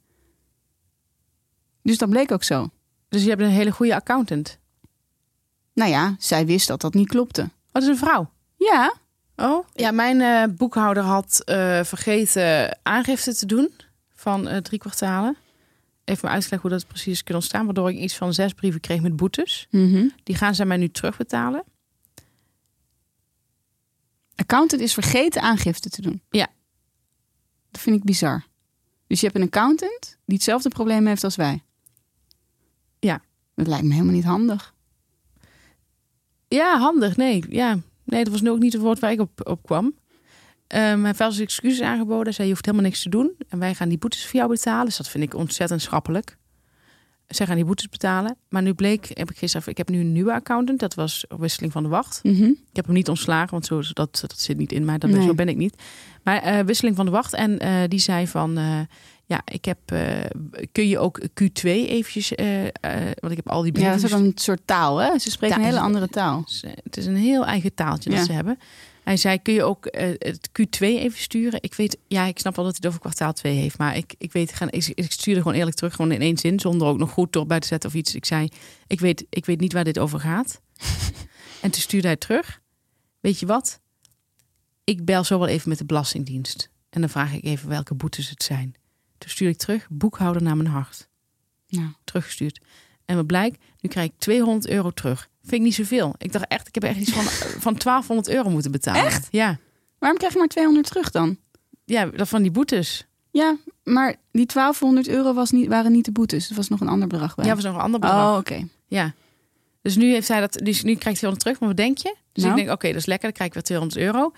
Dus dat bleek ook zo. Dus je hebt een hele goede accountant? Nou ja, zij wist dat dat niet klopte. Wat is een vrouw? Ja. Oh? Ja, mijn boekhouder had vergeten aangifte te doen van 3 kwartalen. Even me uitleggen hoe dat precies is kunnen ontstaan. Waardoor ik iets van 6 brieven kreeg met boetes. Mm-hmm. Die gaan zij mij nu terugbetalen. Accountant is vergeten aangifte te doen? Ja. Dat vind ik bizar. Dus je hebt een accountant die hetzelfde probleem heeft als wij? Ja. Dat lijkt me helemaal niet handig. Ja, handig. Nee, dat was nu ook niet het woord waar ik op kwam. Hij heeft wel zijn excuses aangeboden. Zei, je hoeft helemaal niks te doen. En wij gaan die boetes voor jou betalen. Dus dat vind ik ontzettend schappelijk. Zij gaan die boetes betalen. Maar nu bleek, ik heb nu een nieuwe accountant. Dat was wisseling van de wacht. Mhm. Ik heb hem niet ontslagen, want dat zit niet in mij. Nee. Zo ben ik niet. Maar wisseling van de wacht. En die zei van... kun je ook Q2 eventjes... want ik heb al die brieven... Ja, dat is ook een soort taal, hè? Ze spreken een hele andere taal. Het is een heel eigen taaltje dat ze hebben. Hij zei, kun je ook het Q2 even sturen? Ik snap wel dat hij het over kwartaal 2 heeft. Maar ik stuurde gewoon eerlijk terug, gewoon in 1 zin. Zonder ook nog goed bij te zetten of iets. Ik zei, ik weet niet waar dit over gaat. En toen stuurde hij terug. Weet je wat? Ik bel zo wel even met de Belastingdienst. En dan vraag ik even welke boetes het zijn. Toen stuurde ik terug, boekhouder naar mijn hart. Ja. Teruggestuurd. En wat blijkt, nu krijg ik €200 terug. Vind ik niet zoveel. Ik dacht echt, ik heb echt iets van €1200 moeten betalen. Echt? Ja. Waarom krijg je maar 200 terug dan? Ja, dat van die boetes. Ja, maar die €1200 waren niet de boetes. Er was nog een ander bedrag bij. Ja, was nog een ander bedrag. Oh, oké. Ja. Dus nu heeft hij dat. Dus nu krijgt hij €200 terug. Maar wat denk je? Dus Nou? ik denk, oké, dat is lekker. Dan krijg ik weer €200.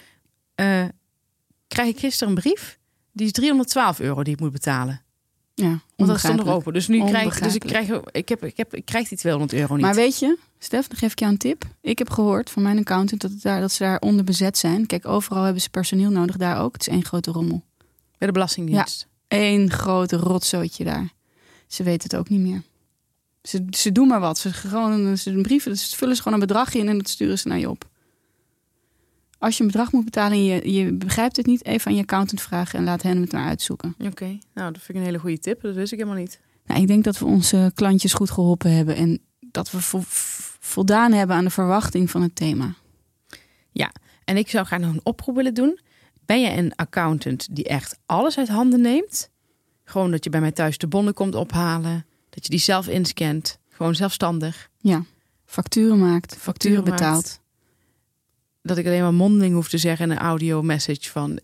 Krijg ik gisteren een brief. Die is €312 die ik moet betalen. Ja, Want dat stond nog open. Dus nu krijg die €200 niet. Maar weet je, Stef, dan geef ik jou een tip. Ik heb gehoord van mijn accountant dat ze daar onderbezet zijn. Kijk, overal hebben ze personeel nodig, daar ook. Het is 1 grote rommel. Bij de Belastingdienst. Ja, 1 grote rotzootje daar. Ze weten het ook niet meer. Ze doen maar wat. Ze vullen ze gewoon een bedrag in en dat sturen ze naar je op. Als je een bedrag moet betalen en je begrijpt het niet, even aan je accountant vragen en laat hen het maar uitzoeken. Oké, nou dat vind ik een hele goede tip. Dat wist ik helemaal niet. Nou, ik denk dat we onze klantjes goed geholpen hebben en dat we voldaan hebben aan de verwachting van het thema. Ja, en ik zou graag nog een oproep willen doen. Ben je een accountant die echt alles uit handen neemt? Gewoon dat je bij mij thuis de bonnen komt ophalen. Dat je die zelf inscant. Gewoon zelfstandig. Ja, facturen maakt, facturen maakt. betaalt. Dat ik alleen maar mondeling hoef te zeggen in een audio message van...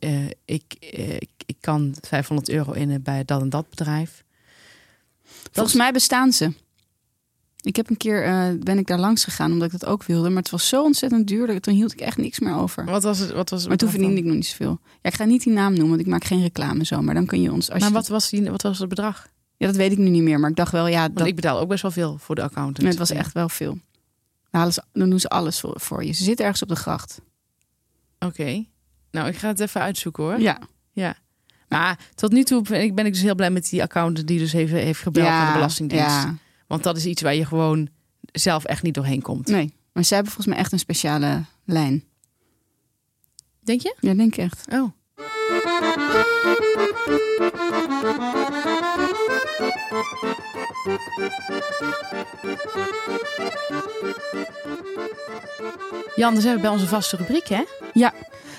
ik kan €500 in bij dat en dat bedrijf. Volgens mij bestaan ze. Ik heb een keer ben ik daar langs gegaan omdat ik dat ook wilde. Maar het was zo ontzettend duur. Toen hield ik echt niks meer over. Wat was het maar toen verdiende ik nog niet zoveel. Ja, ik ga niet die naam noemen, want ik maak geen reclame zo. Maar dan kun je ons... Wat was het bedrag? Ja, dat weet ik nu niet meer. Maar ik dacht wel, ja... Ik betaal ook best wel veel voor de accountant. Nee, het was echt wel veel. Dan doen ze alles voor je. Ze zitten ergens op de gracht. Oké. Nou, ik ga het even uitzoeken hoor. Ja. Maar tot nu toe ben ik dus heel blij met die accountant die dus heeft gebeld naar de Belastingdienst. Ja. Want dat is iets waar je gewoon zelf echt niet doorheen komt. Nee, maar zij hebben volgens mij echt een speciale lijn. Denk je? Ja, denk ik echt. Oh. Jan, dan zijn we bij onze vaste rubriek, hè? Ja.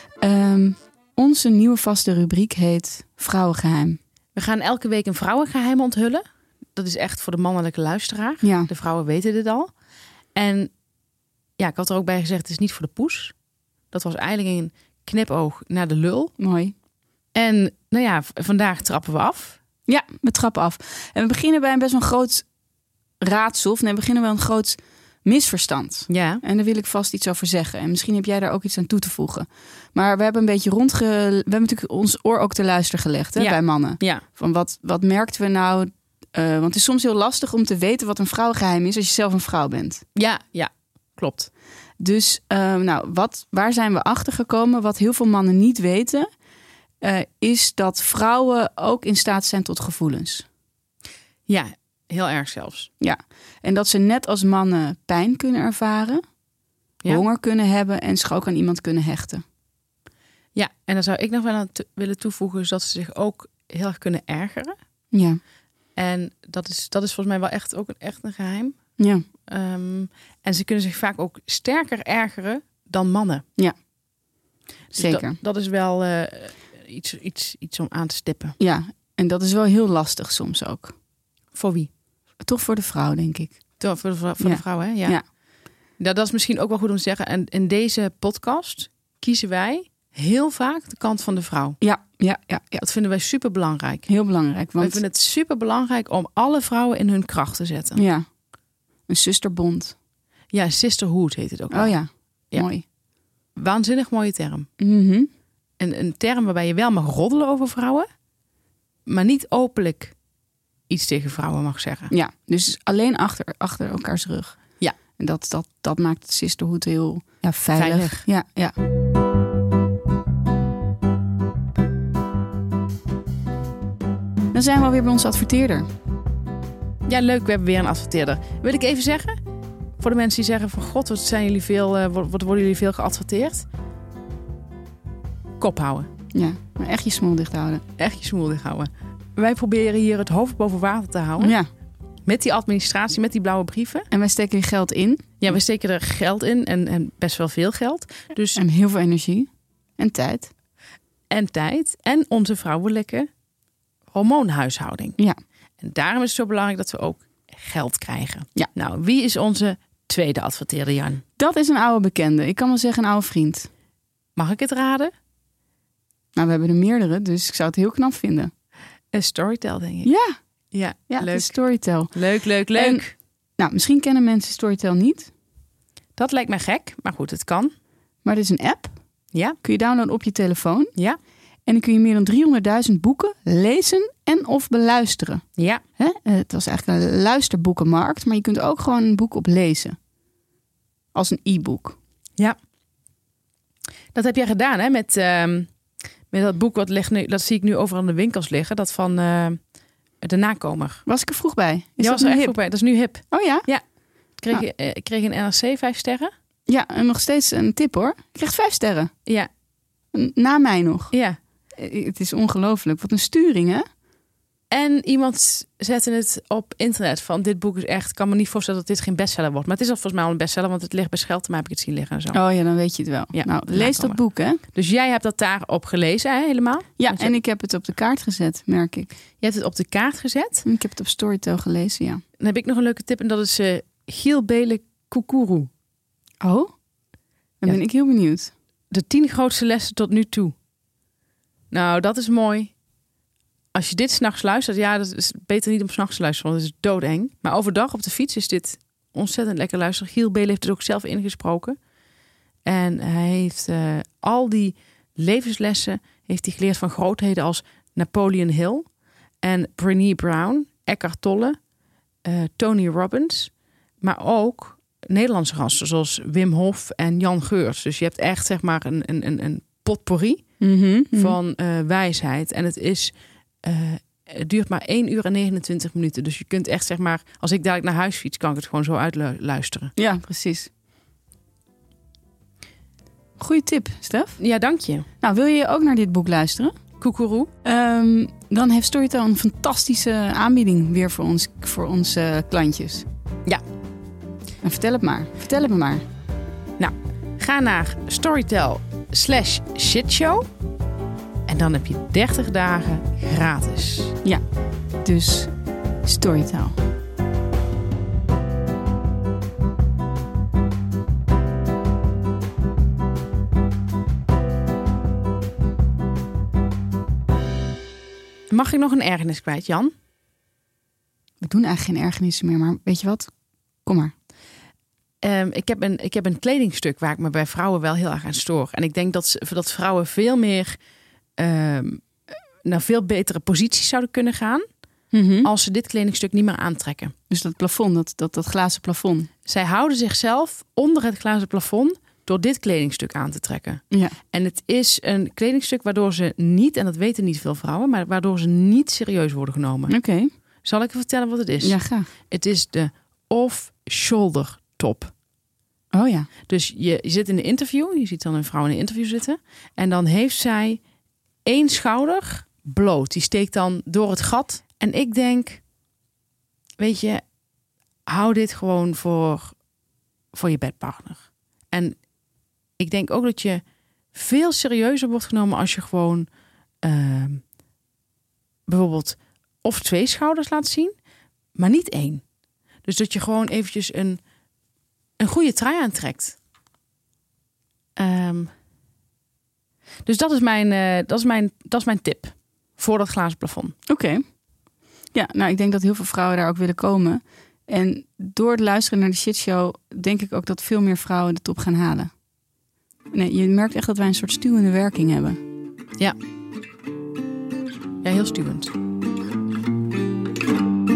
Onze nieuwe vaste rubriek heet Vrouwengeheim. We gaan elke week een vrouwengeheim onthullen. Dat is echt voor de mannelijke luisteraar. Ja. De vrouwen weten dit al. En ja, ik had er ook bij gezegd, het is niet voor de poes. Dat was eigenlijk een knipoog naar de lul. Mooi. En nou ja, vandaag trappen we af. Ja, we trappen af. En we beginnen bij een best wel groot raadsel. Of nee, we beginnen bij een groot misverstand. Ja. En daar wil ik vast iets over zeggen. En misschien heb jij daar ook iets aan toe te voegen. Maar we hebben een beetje we hebben natuurlijk ons oor ook te luisteren gelegd hè, bij mannen. Ja. Van wat merkten we nou? Want het is soms heel lastig om te weten wat een vrouwengeheim is als je zelf een vrouw bent. Ja, klopt. Dus waar zijn we achter gekomen? Wat heel veel mannen niet weten, is dat vrouwen ook in staat zijn tot gevoelens. Ja, heel erg zelfs. Ja, en dat ze net als mannen pijn kunnen ervaren, honger kunnen hebben en zich ook aan iemand kunnen hechten. Ja, en dan zou ik nog wel aan willen toevoegen, is dat ze zich ook heel erg kunnen ergeren. Ja. En dat is volgens mij wel echt ook een geheim. Ja. En ze kunnen zich vaak ook sterker ergeren dan mannen. Ja, dus zeker. Dat is wel iets om aan te stippen. Ja, en dat is wel heel lastig soms ook. Voor wie? Toch voor de vrouw, denk ik. Voor de vrouw, hè? Ja. Dat is misschien ook wel goed om te zeggen. En in deze podcast kiezen wij heel vaak de kant van de vrouw. Ja. Dat vinden wij super belangrijk. Heel belangrijk. Want... Wij vinden het super belangrijk om alle vrouwen in hun kracht te zetten. Ja, een zusterbond. Ja, sisterhood heet het ook wel. Oh ja, mooi. Waanzinnig mooie term. Mm-hmm. Een term waarbij je wel mag roddelen over vrouwen, maar niet openlijk iets tegen vrouwen mag zeggen. Ja, dus alleen achter elkaars rug. Ja. En dat maakt het sisterhood heel veilig. Ja. Dan zijn we alweer bij onze adverteerder. Ja, leuk. We hebben weer een adverteerder. Wil ik even zeggen, voor de mensen die zeggen van god, wat worden jullie veel geadverteerd? Kop houden. Ja, maar echt je smoel dicht houden. Echt je smoel dicht houden. Wij proberen hier het hoofd boven water te houden. Ja. Met die administratie, met die blauwe brieven. En wij steken hier geld in. Ja, we steken er geld in en best wel veel geld. Dus... En heel veel energie. En tijd. En onze vrouwelijke hormoonhuishouding. Ja. En daarom is het zo belangrijk dat we ook geld krijgen. Ja. Nou, wie is onze tweede adverteerder, Jan? Dat is een oude bekende. Ik kan wel zeggen een oude vriend. Mag ik het raden? Nou, we hebben er meerdere, dus ik zou het heel knap vinden. Een Storytel, denk ik. Ja, leuk. Storytel. Leuk. En, nou, misschien kennen mensen Storytel niet. Dat lijkt mij gek, maar goed, het kan. Maar het is een app. Ja. Kun je downloaden op je telefoon. Ja. En dan kun je meer dan 300.000 boeken lezen en of beluisteren. Ja. Het was eigenlijk een luisterboekenmarkt, maar je kunt ook gewoon een boek op lezen. Als een e-book. Ja. Dat heb jij gedaan, hè? Met dat boek, dat zie ik nu overal in de winkels liggen. Dat van De Nakomer. Was ik er vroeg bij? Ja, was er echt vroeg bij. Dat is nu hip. Oh ja? Ja. Ik kreeg een NRC 5 sterren. Ja, en nog steeds een tip hoor. Ik kreeg 5 sterren. Ja. Na mij nog. Ja. Het is ongelooflijk. Wat een sturing, hè? En iemand zette het op internet van dit boek is echt... Ik kan me niet voorstellen dat dit geen bestseller wordt. Maar het is al volgens mij al een bestseller, want het ligt bij Schelten, maar heb ik het zien liggen en zo. Oh ja, dan weet je het wel. Ja, nou, lees dat boek, hè? Dus jij hebt dat daarop gelezen, hè, helemaal? Ja, en ik heb het op de kaart gezet, merk ik. Je hebt het op de kaart gezet? Ik heb het op Storytel gelezen, ja. Dan heb ik nog een leuke tip en dat is Giel Belen Kukuru. Oh? Dan ben ik heel benieuwd. De 10 grootste lessen tot nu toe. Nou, dat is mooi. Als je dit 's nachts luistert, ja, dat is beter niet om 's nachts te luisteren, want het is doodeng. Maar overdag op de fiets is dit ontzettend lekker luisteren. Giel Belen heeft het ook zelf ingesproken. En hij heeft al die levenslessen heeft hij geleerd van grootheden als Napoleon Hill en Brené Brown, Eckhart Tolle, Tony Robbins, maar ook Nederlandse gasten zoals Wim Hof en Jan Geurts. Dus je hebt echt zeg maar een potpourri van wijsheid. En het duurt maar 1 uur en 29 minuten. Dus je kunt echt zeg maar, als ik dadelijk naar huis fiets, kan ik het gewoon zo uitluisteren. Ja, precies. Goeie tip, Stef. Ja, dank je. Nou, wil je ook naar dit boek luisteren? Koekeroe. Dan heeft Storytel een fantastische aanbieding weer voor onze klantjes. Ja. En vertel het me maar. Nou, ga naar Storytel/shitshow. En dan heb je 30 dagen gratis. Ja, dus Storytel. Mag ik nog een ergernis kwijt, Jan? We doen eigenlijk geen ergernissen meer, maar weet je wat? Kom maar. Ik heb een kledingstuk waar ik me bij vrouwen wel heel erg aan stoor. En ik denk dat vrouwen veel meer naar veel betere posities zouden kunnen gaan. Als ze dit kledingstuk niet meer aantrekken. Dus dat plafond, dat glazen plafond. Zij houden zichzelf onder het glazen plafond door dit kledingstuk aan te trekken. Ja. En het is een kledingstuk waardoor ze niet, en dat weten niet veel vrouwen, maar waardoor ze niet serieus worden genomen. Oké. Zal ik je vertellen wat het is? Ja, graag. Het is de off-shoulder top. Oh ja. Dus je zit in een interview, je ziet dan een vrouw in een interview zitten. En dan heeft zij 1 schouder bloot. Die steekt dan door het gat. En ik denk, weet je, hou dit gewoon voor je bedpartner. En ik denk ook dat je veel serieuzer wordt genomen als je gewoon bijvoorbeeld of 2 schouders laat zien, maar niet 1. Dus dat je gewoon eventjes een goede trui aantrekt. Dus dat is mijn tip voor dat glazen plafond. Oké. Ja, nou ik denk dat heel veel vrouwen daar ook willen komen. En door het luisteren naar de shitshow denk ik ook dat veel meer vrouwen de top gaan halen. Nee, je merkt echt dat wij een soort stuwende werking hebben. Ja. Ja, heel stuwend.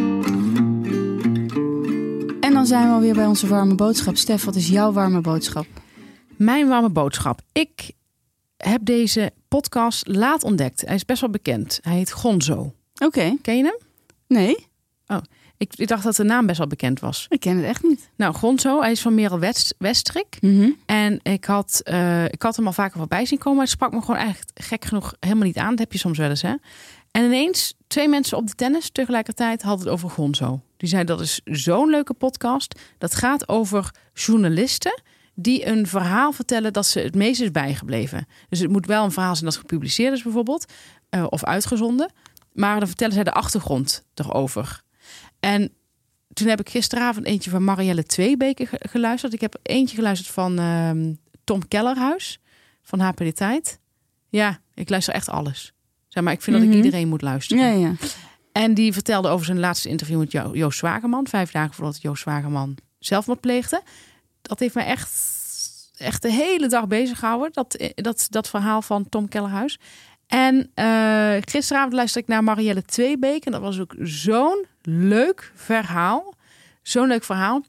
dan zijn we alweer bij onze warme boodschap. Stef, wat is jouw warme boodschap? Mijn warme boodschap. Ik heb deze podcast laat ontdekt. Hij is best wel bekend. Hij heet Gonzo. Oké. Ken je hem? Nee, Ik dacht dat de naam best wel bekend was. ik ken het echt niet. Nou, Gonzo, hij is van Merel Westrik. En ik had hem al vaker voorbij zien komen. Maar het sprak me gewoon eigenlijk gek genoeg helemaal niet aan. Dat heb je soms wel eens, hè? En ineens 2 mensen op de tennis tegelijkertijd hadden het over Gonzo. Die zeiden, dat is zo'n leuke podcast. Dat gaat over journalisten die een verhaal vertellen dat ze het meest is bijgebleven. Dus het moet wel een verhaal zijn dat gepubliceerd is bijvoorbeeld. Of uitgezonden. Maar dan vertellen zij de achtergrond erover. En toen heb ik gisteravond eentje van Marielle Tweebeke geluisterd. Ik heb eentje geluisterd van Tom Kellerhuis van HP De Tijd. Ja, ik luister echt alles. Zeg maar, ik vind dat ik iedereen moet luisteren. Ja. En die vertelde over zijn laatste interview met Joost Zwagerman. 5 dagen voordat Joost Zwagerman zelfmoord pleegde. Dat heeft mij echt de hele dag bezig gehouden. Dat verhaal van Tom Kellerhuis. En gisteravond luisterde ik naar Marielle Tweebeke. En dat was ook zo'n leuk verhaal. Zo'n leuk verhaal.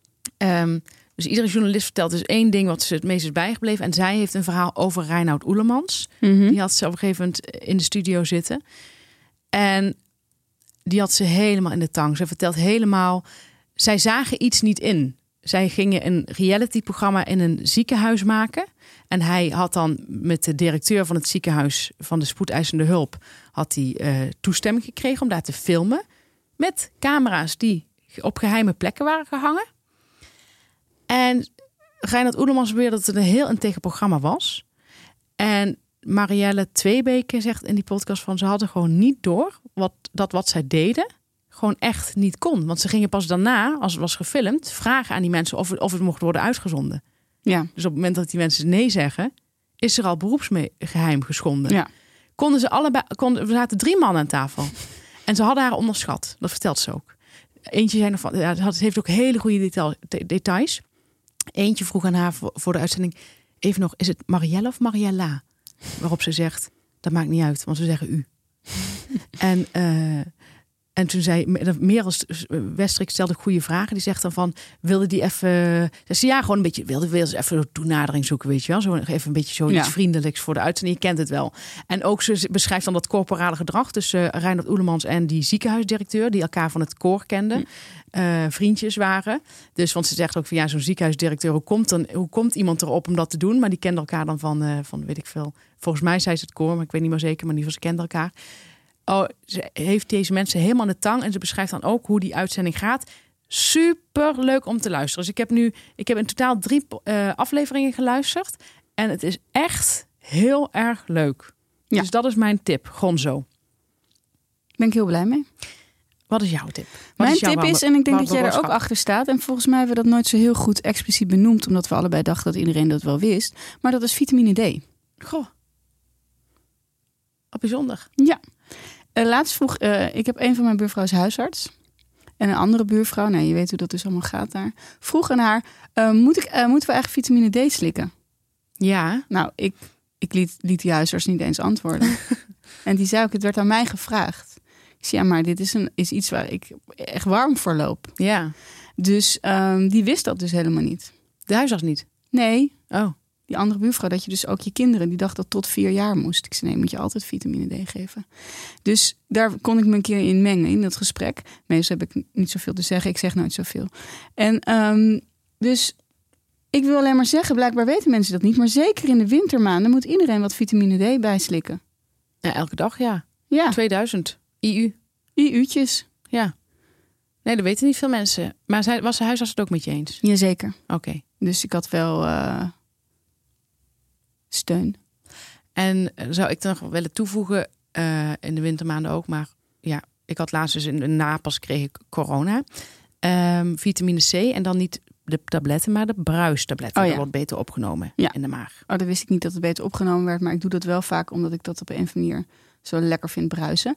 Dus iedere journalist vertelt dus 1 ding wat ze het meest is bijgebleven. En zij heeft een verhaal over Reinoud Oelemans. Die had ze op een gegeven moment in de studio zitten. En die had ze helemaal in de tang. Ze vertelt helemaal... Zij zagen iets niet in. Zij gingen een reality-programma in een ziekenhuis maken. En hij had dan met de directeur van het ziekenhuis van de spoedeisende hulp... had hij toestemming gekregen om daar te filmen. Met camera's die op geheime plekken waren gehangen. En Reinoud Oelemans beweerde dat het een heel integer programma was. En Marielle Tweebeke zegt in die podcast van... ze hadden gewoon niet door wat zij deden... gewoon echt niet kon. Want ze gingen pas daarna, als het was gefilmd... vragen aan die mensen of het mocht worden uitgezonden. Ja. Dus op het moment dat die mensen nee zeggen... is er al beroepsgeheim geschonden. Ja. Konden ze allebei... we zaten 3 man aan tafel. En ze hadden haar onderschat. Dat vertelt ze ook. Eentje zei nog van... Ja, het heeft ook hele goede details. Eentje vroeg aan haar voor de uitzending... even nog, is het Marielle of Mariella? Waarop ze zegt, dat maakt niet uit, want we zeggen u. En toen zei Merel Westrik stelde goede vragen. Die zegt dan van, wilde die even... Ze ja, gewoon een beetje, wilde ze even een toenadering zoeken, weet je wel. Zo even een beetje zoiets vriendelijks voor de uitzending. Je kent het wel. En ook ze beschrijft dan dat corporale gedrag tussen Reinoud Oelemans en die ziekenhuisdirecteur, die elkaar van het koor kenden. Vriendjes waren. Dus, want ze zegt ook van, ja, zo'n ziekenhuisdirecteur, hoe komt iemand erop om dat te doen? Maar die kenden elkaar dan van weet ik veel. Volgens mij zei ze het koor, maar ik weet niet meer zeker. Maar in ieder geval, ze kenden elkaar. Ze heeft deze mensen helemaal aan de tang. En ze beschrijft dan ook hoe die uitzending gaat. Super leuk om te luisteren. Dus ik heb in totaal 3 afleveringen geluisterd. En het is echt heel erg leuk. Ja. Dus dat is mijn tip. Gonzo. Ben ik heel blij mee. Wat is jouw tip? Mijn tip is, en ik denk dat jij er ook achter staat... en volgens mij hebben we dat nooit zo heel goed expliciet benoemd... omdat we allebei dachten dat iedereen dat wel wist. Maar dat is vitamine D. Goh. Wat bijzonder. Ja. Laatst vroeg, ik heb een van mijn buurvrouwen is huisarts. En een andere buurvrouw, nou je weet hoe dat dus allemaal gaat daar... vroeg aan haar, moeten we eigenlijk vitamine D slikken? Ja. Nou, ik liet die huisarts niet eens antwoorden. En die zei ook, het werd aan mij gevraagd. Ik zei, ja, maar dit is iets waar ik echt warm voor loop. Ja. Dus die wist dat dus helemaal niet. De huisarts niet? Nee. Oh. Die andere buurvrouw, dat je dus ook je kinderen... die dacht dat tot 4 jaar moest. Ik zei, nee, moet je altijd vitamine D geven. Dus daar kon ik me een keer in mengen, in dat gesprek. Meestal heb ik niet zoveel te zeggen. Ik zeg nooit zoveel. En dus ik wil alleen maar zeggen... blijkbaar weten mensen dat niet. Maar zeker in de wintermaanden moet iedereen wat vitamine D bijslikken. Ja, elke dag, ja. 2000. IU'tjes. Ja. Nee, dat weten niet veel mensen. Maar was de huisarts het ook met je eens? Jazeker. Oké. Dus ik had wel... steun. En zou ik dan nog willen toevoegen in de wintermaanden ook, maar ja, ik had laatst dus in Napels kreeg ik corona. Vitamine C en dan niet de tabletten, maar de bruistabletten. Dat wordt beter opgenomen in de maag. Oh, dat wist ik niet dat het beter opgenomen werd, maar ik doe dat wel vaak omdat ik dat op een of andere manier zo lekker vind bruisen.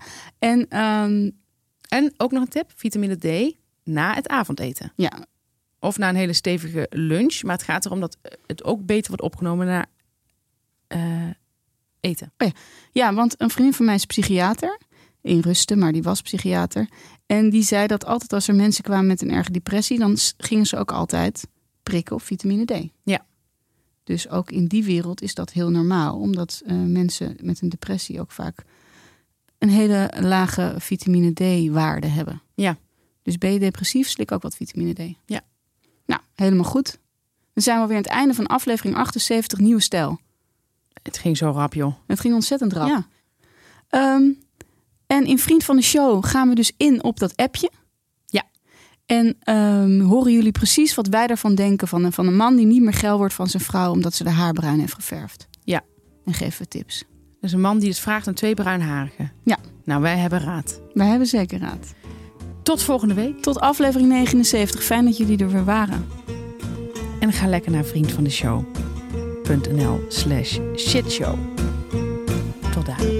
En ook nog een tip, vitamine D na het avondeten. Ja. Of na een hele stevige lunch, maar het gaat erom dat het ook beter wordt opgenomen na eten. Oh ja. Ja, want een vriendin van mij is psychiater. in rusten, maar die was psychiater. En die zei dat altijd als er mensen kwamen met een erge depressie, dan gingen ze ook altijd prikken op vitamine D. Ja. Dus ook in die wereld is dat heel normaal. Omdat mensen met een depressie ook vaak een hele lage vitamine D-waarde hebben. Ja. Dus ben je depressief, slik ook wat vitamine D. Ja. Nou, helemaal goed. Dan zijn we weer aan het einde van aflevering 78 Nieuwe Stijl. Het ging zo rap, joh. Het ging ontzettend rap. Ja. En in Vriend van de Show gaan we dus in op dat appje. Ja. En horen jullie precies wat wij daarvan denken van een man die niet meer geil wordt van zijn vrouw omdat ze de haar bruin heeft geverfd. Ja. En geven we tips. Dus een man die het vraagt aan 2 bruinharigen. Ja. Nou, wij hebben raad. Wij hebben zeker raad. Tot volgende week. Tot aflevering 79. Fijn dat jullie er weer waren. En ga lekker naar vriendvandeshow.nl/shitshow. Tot daar.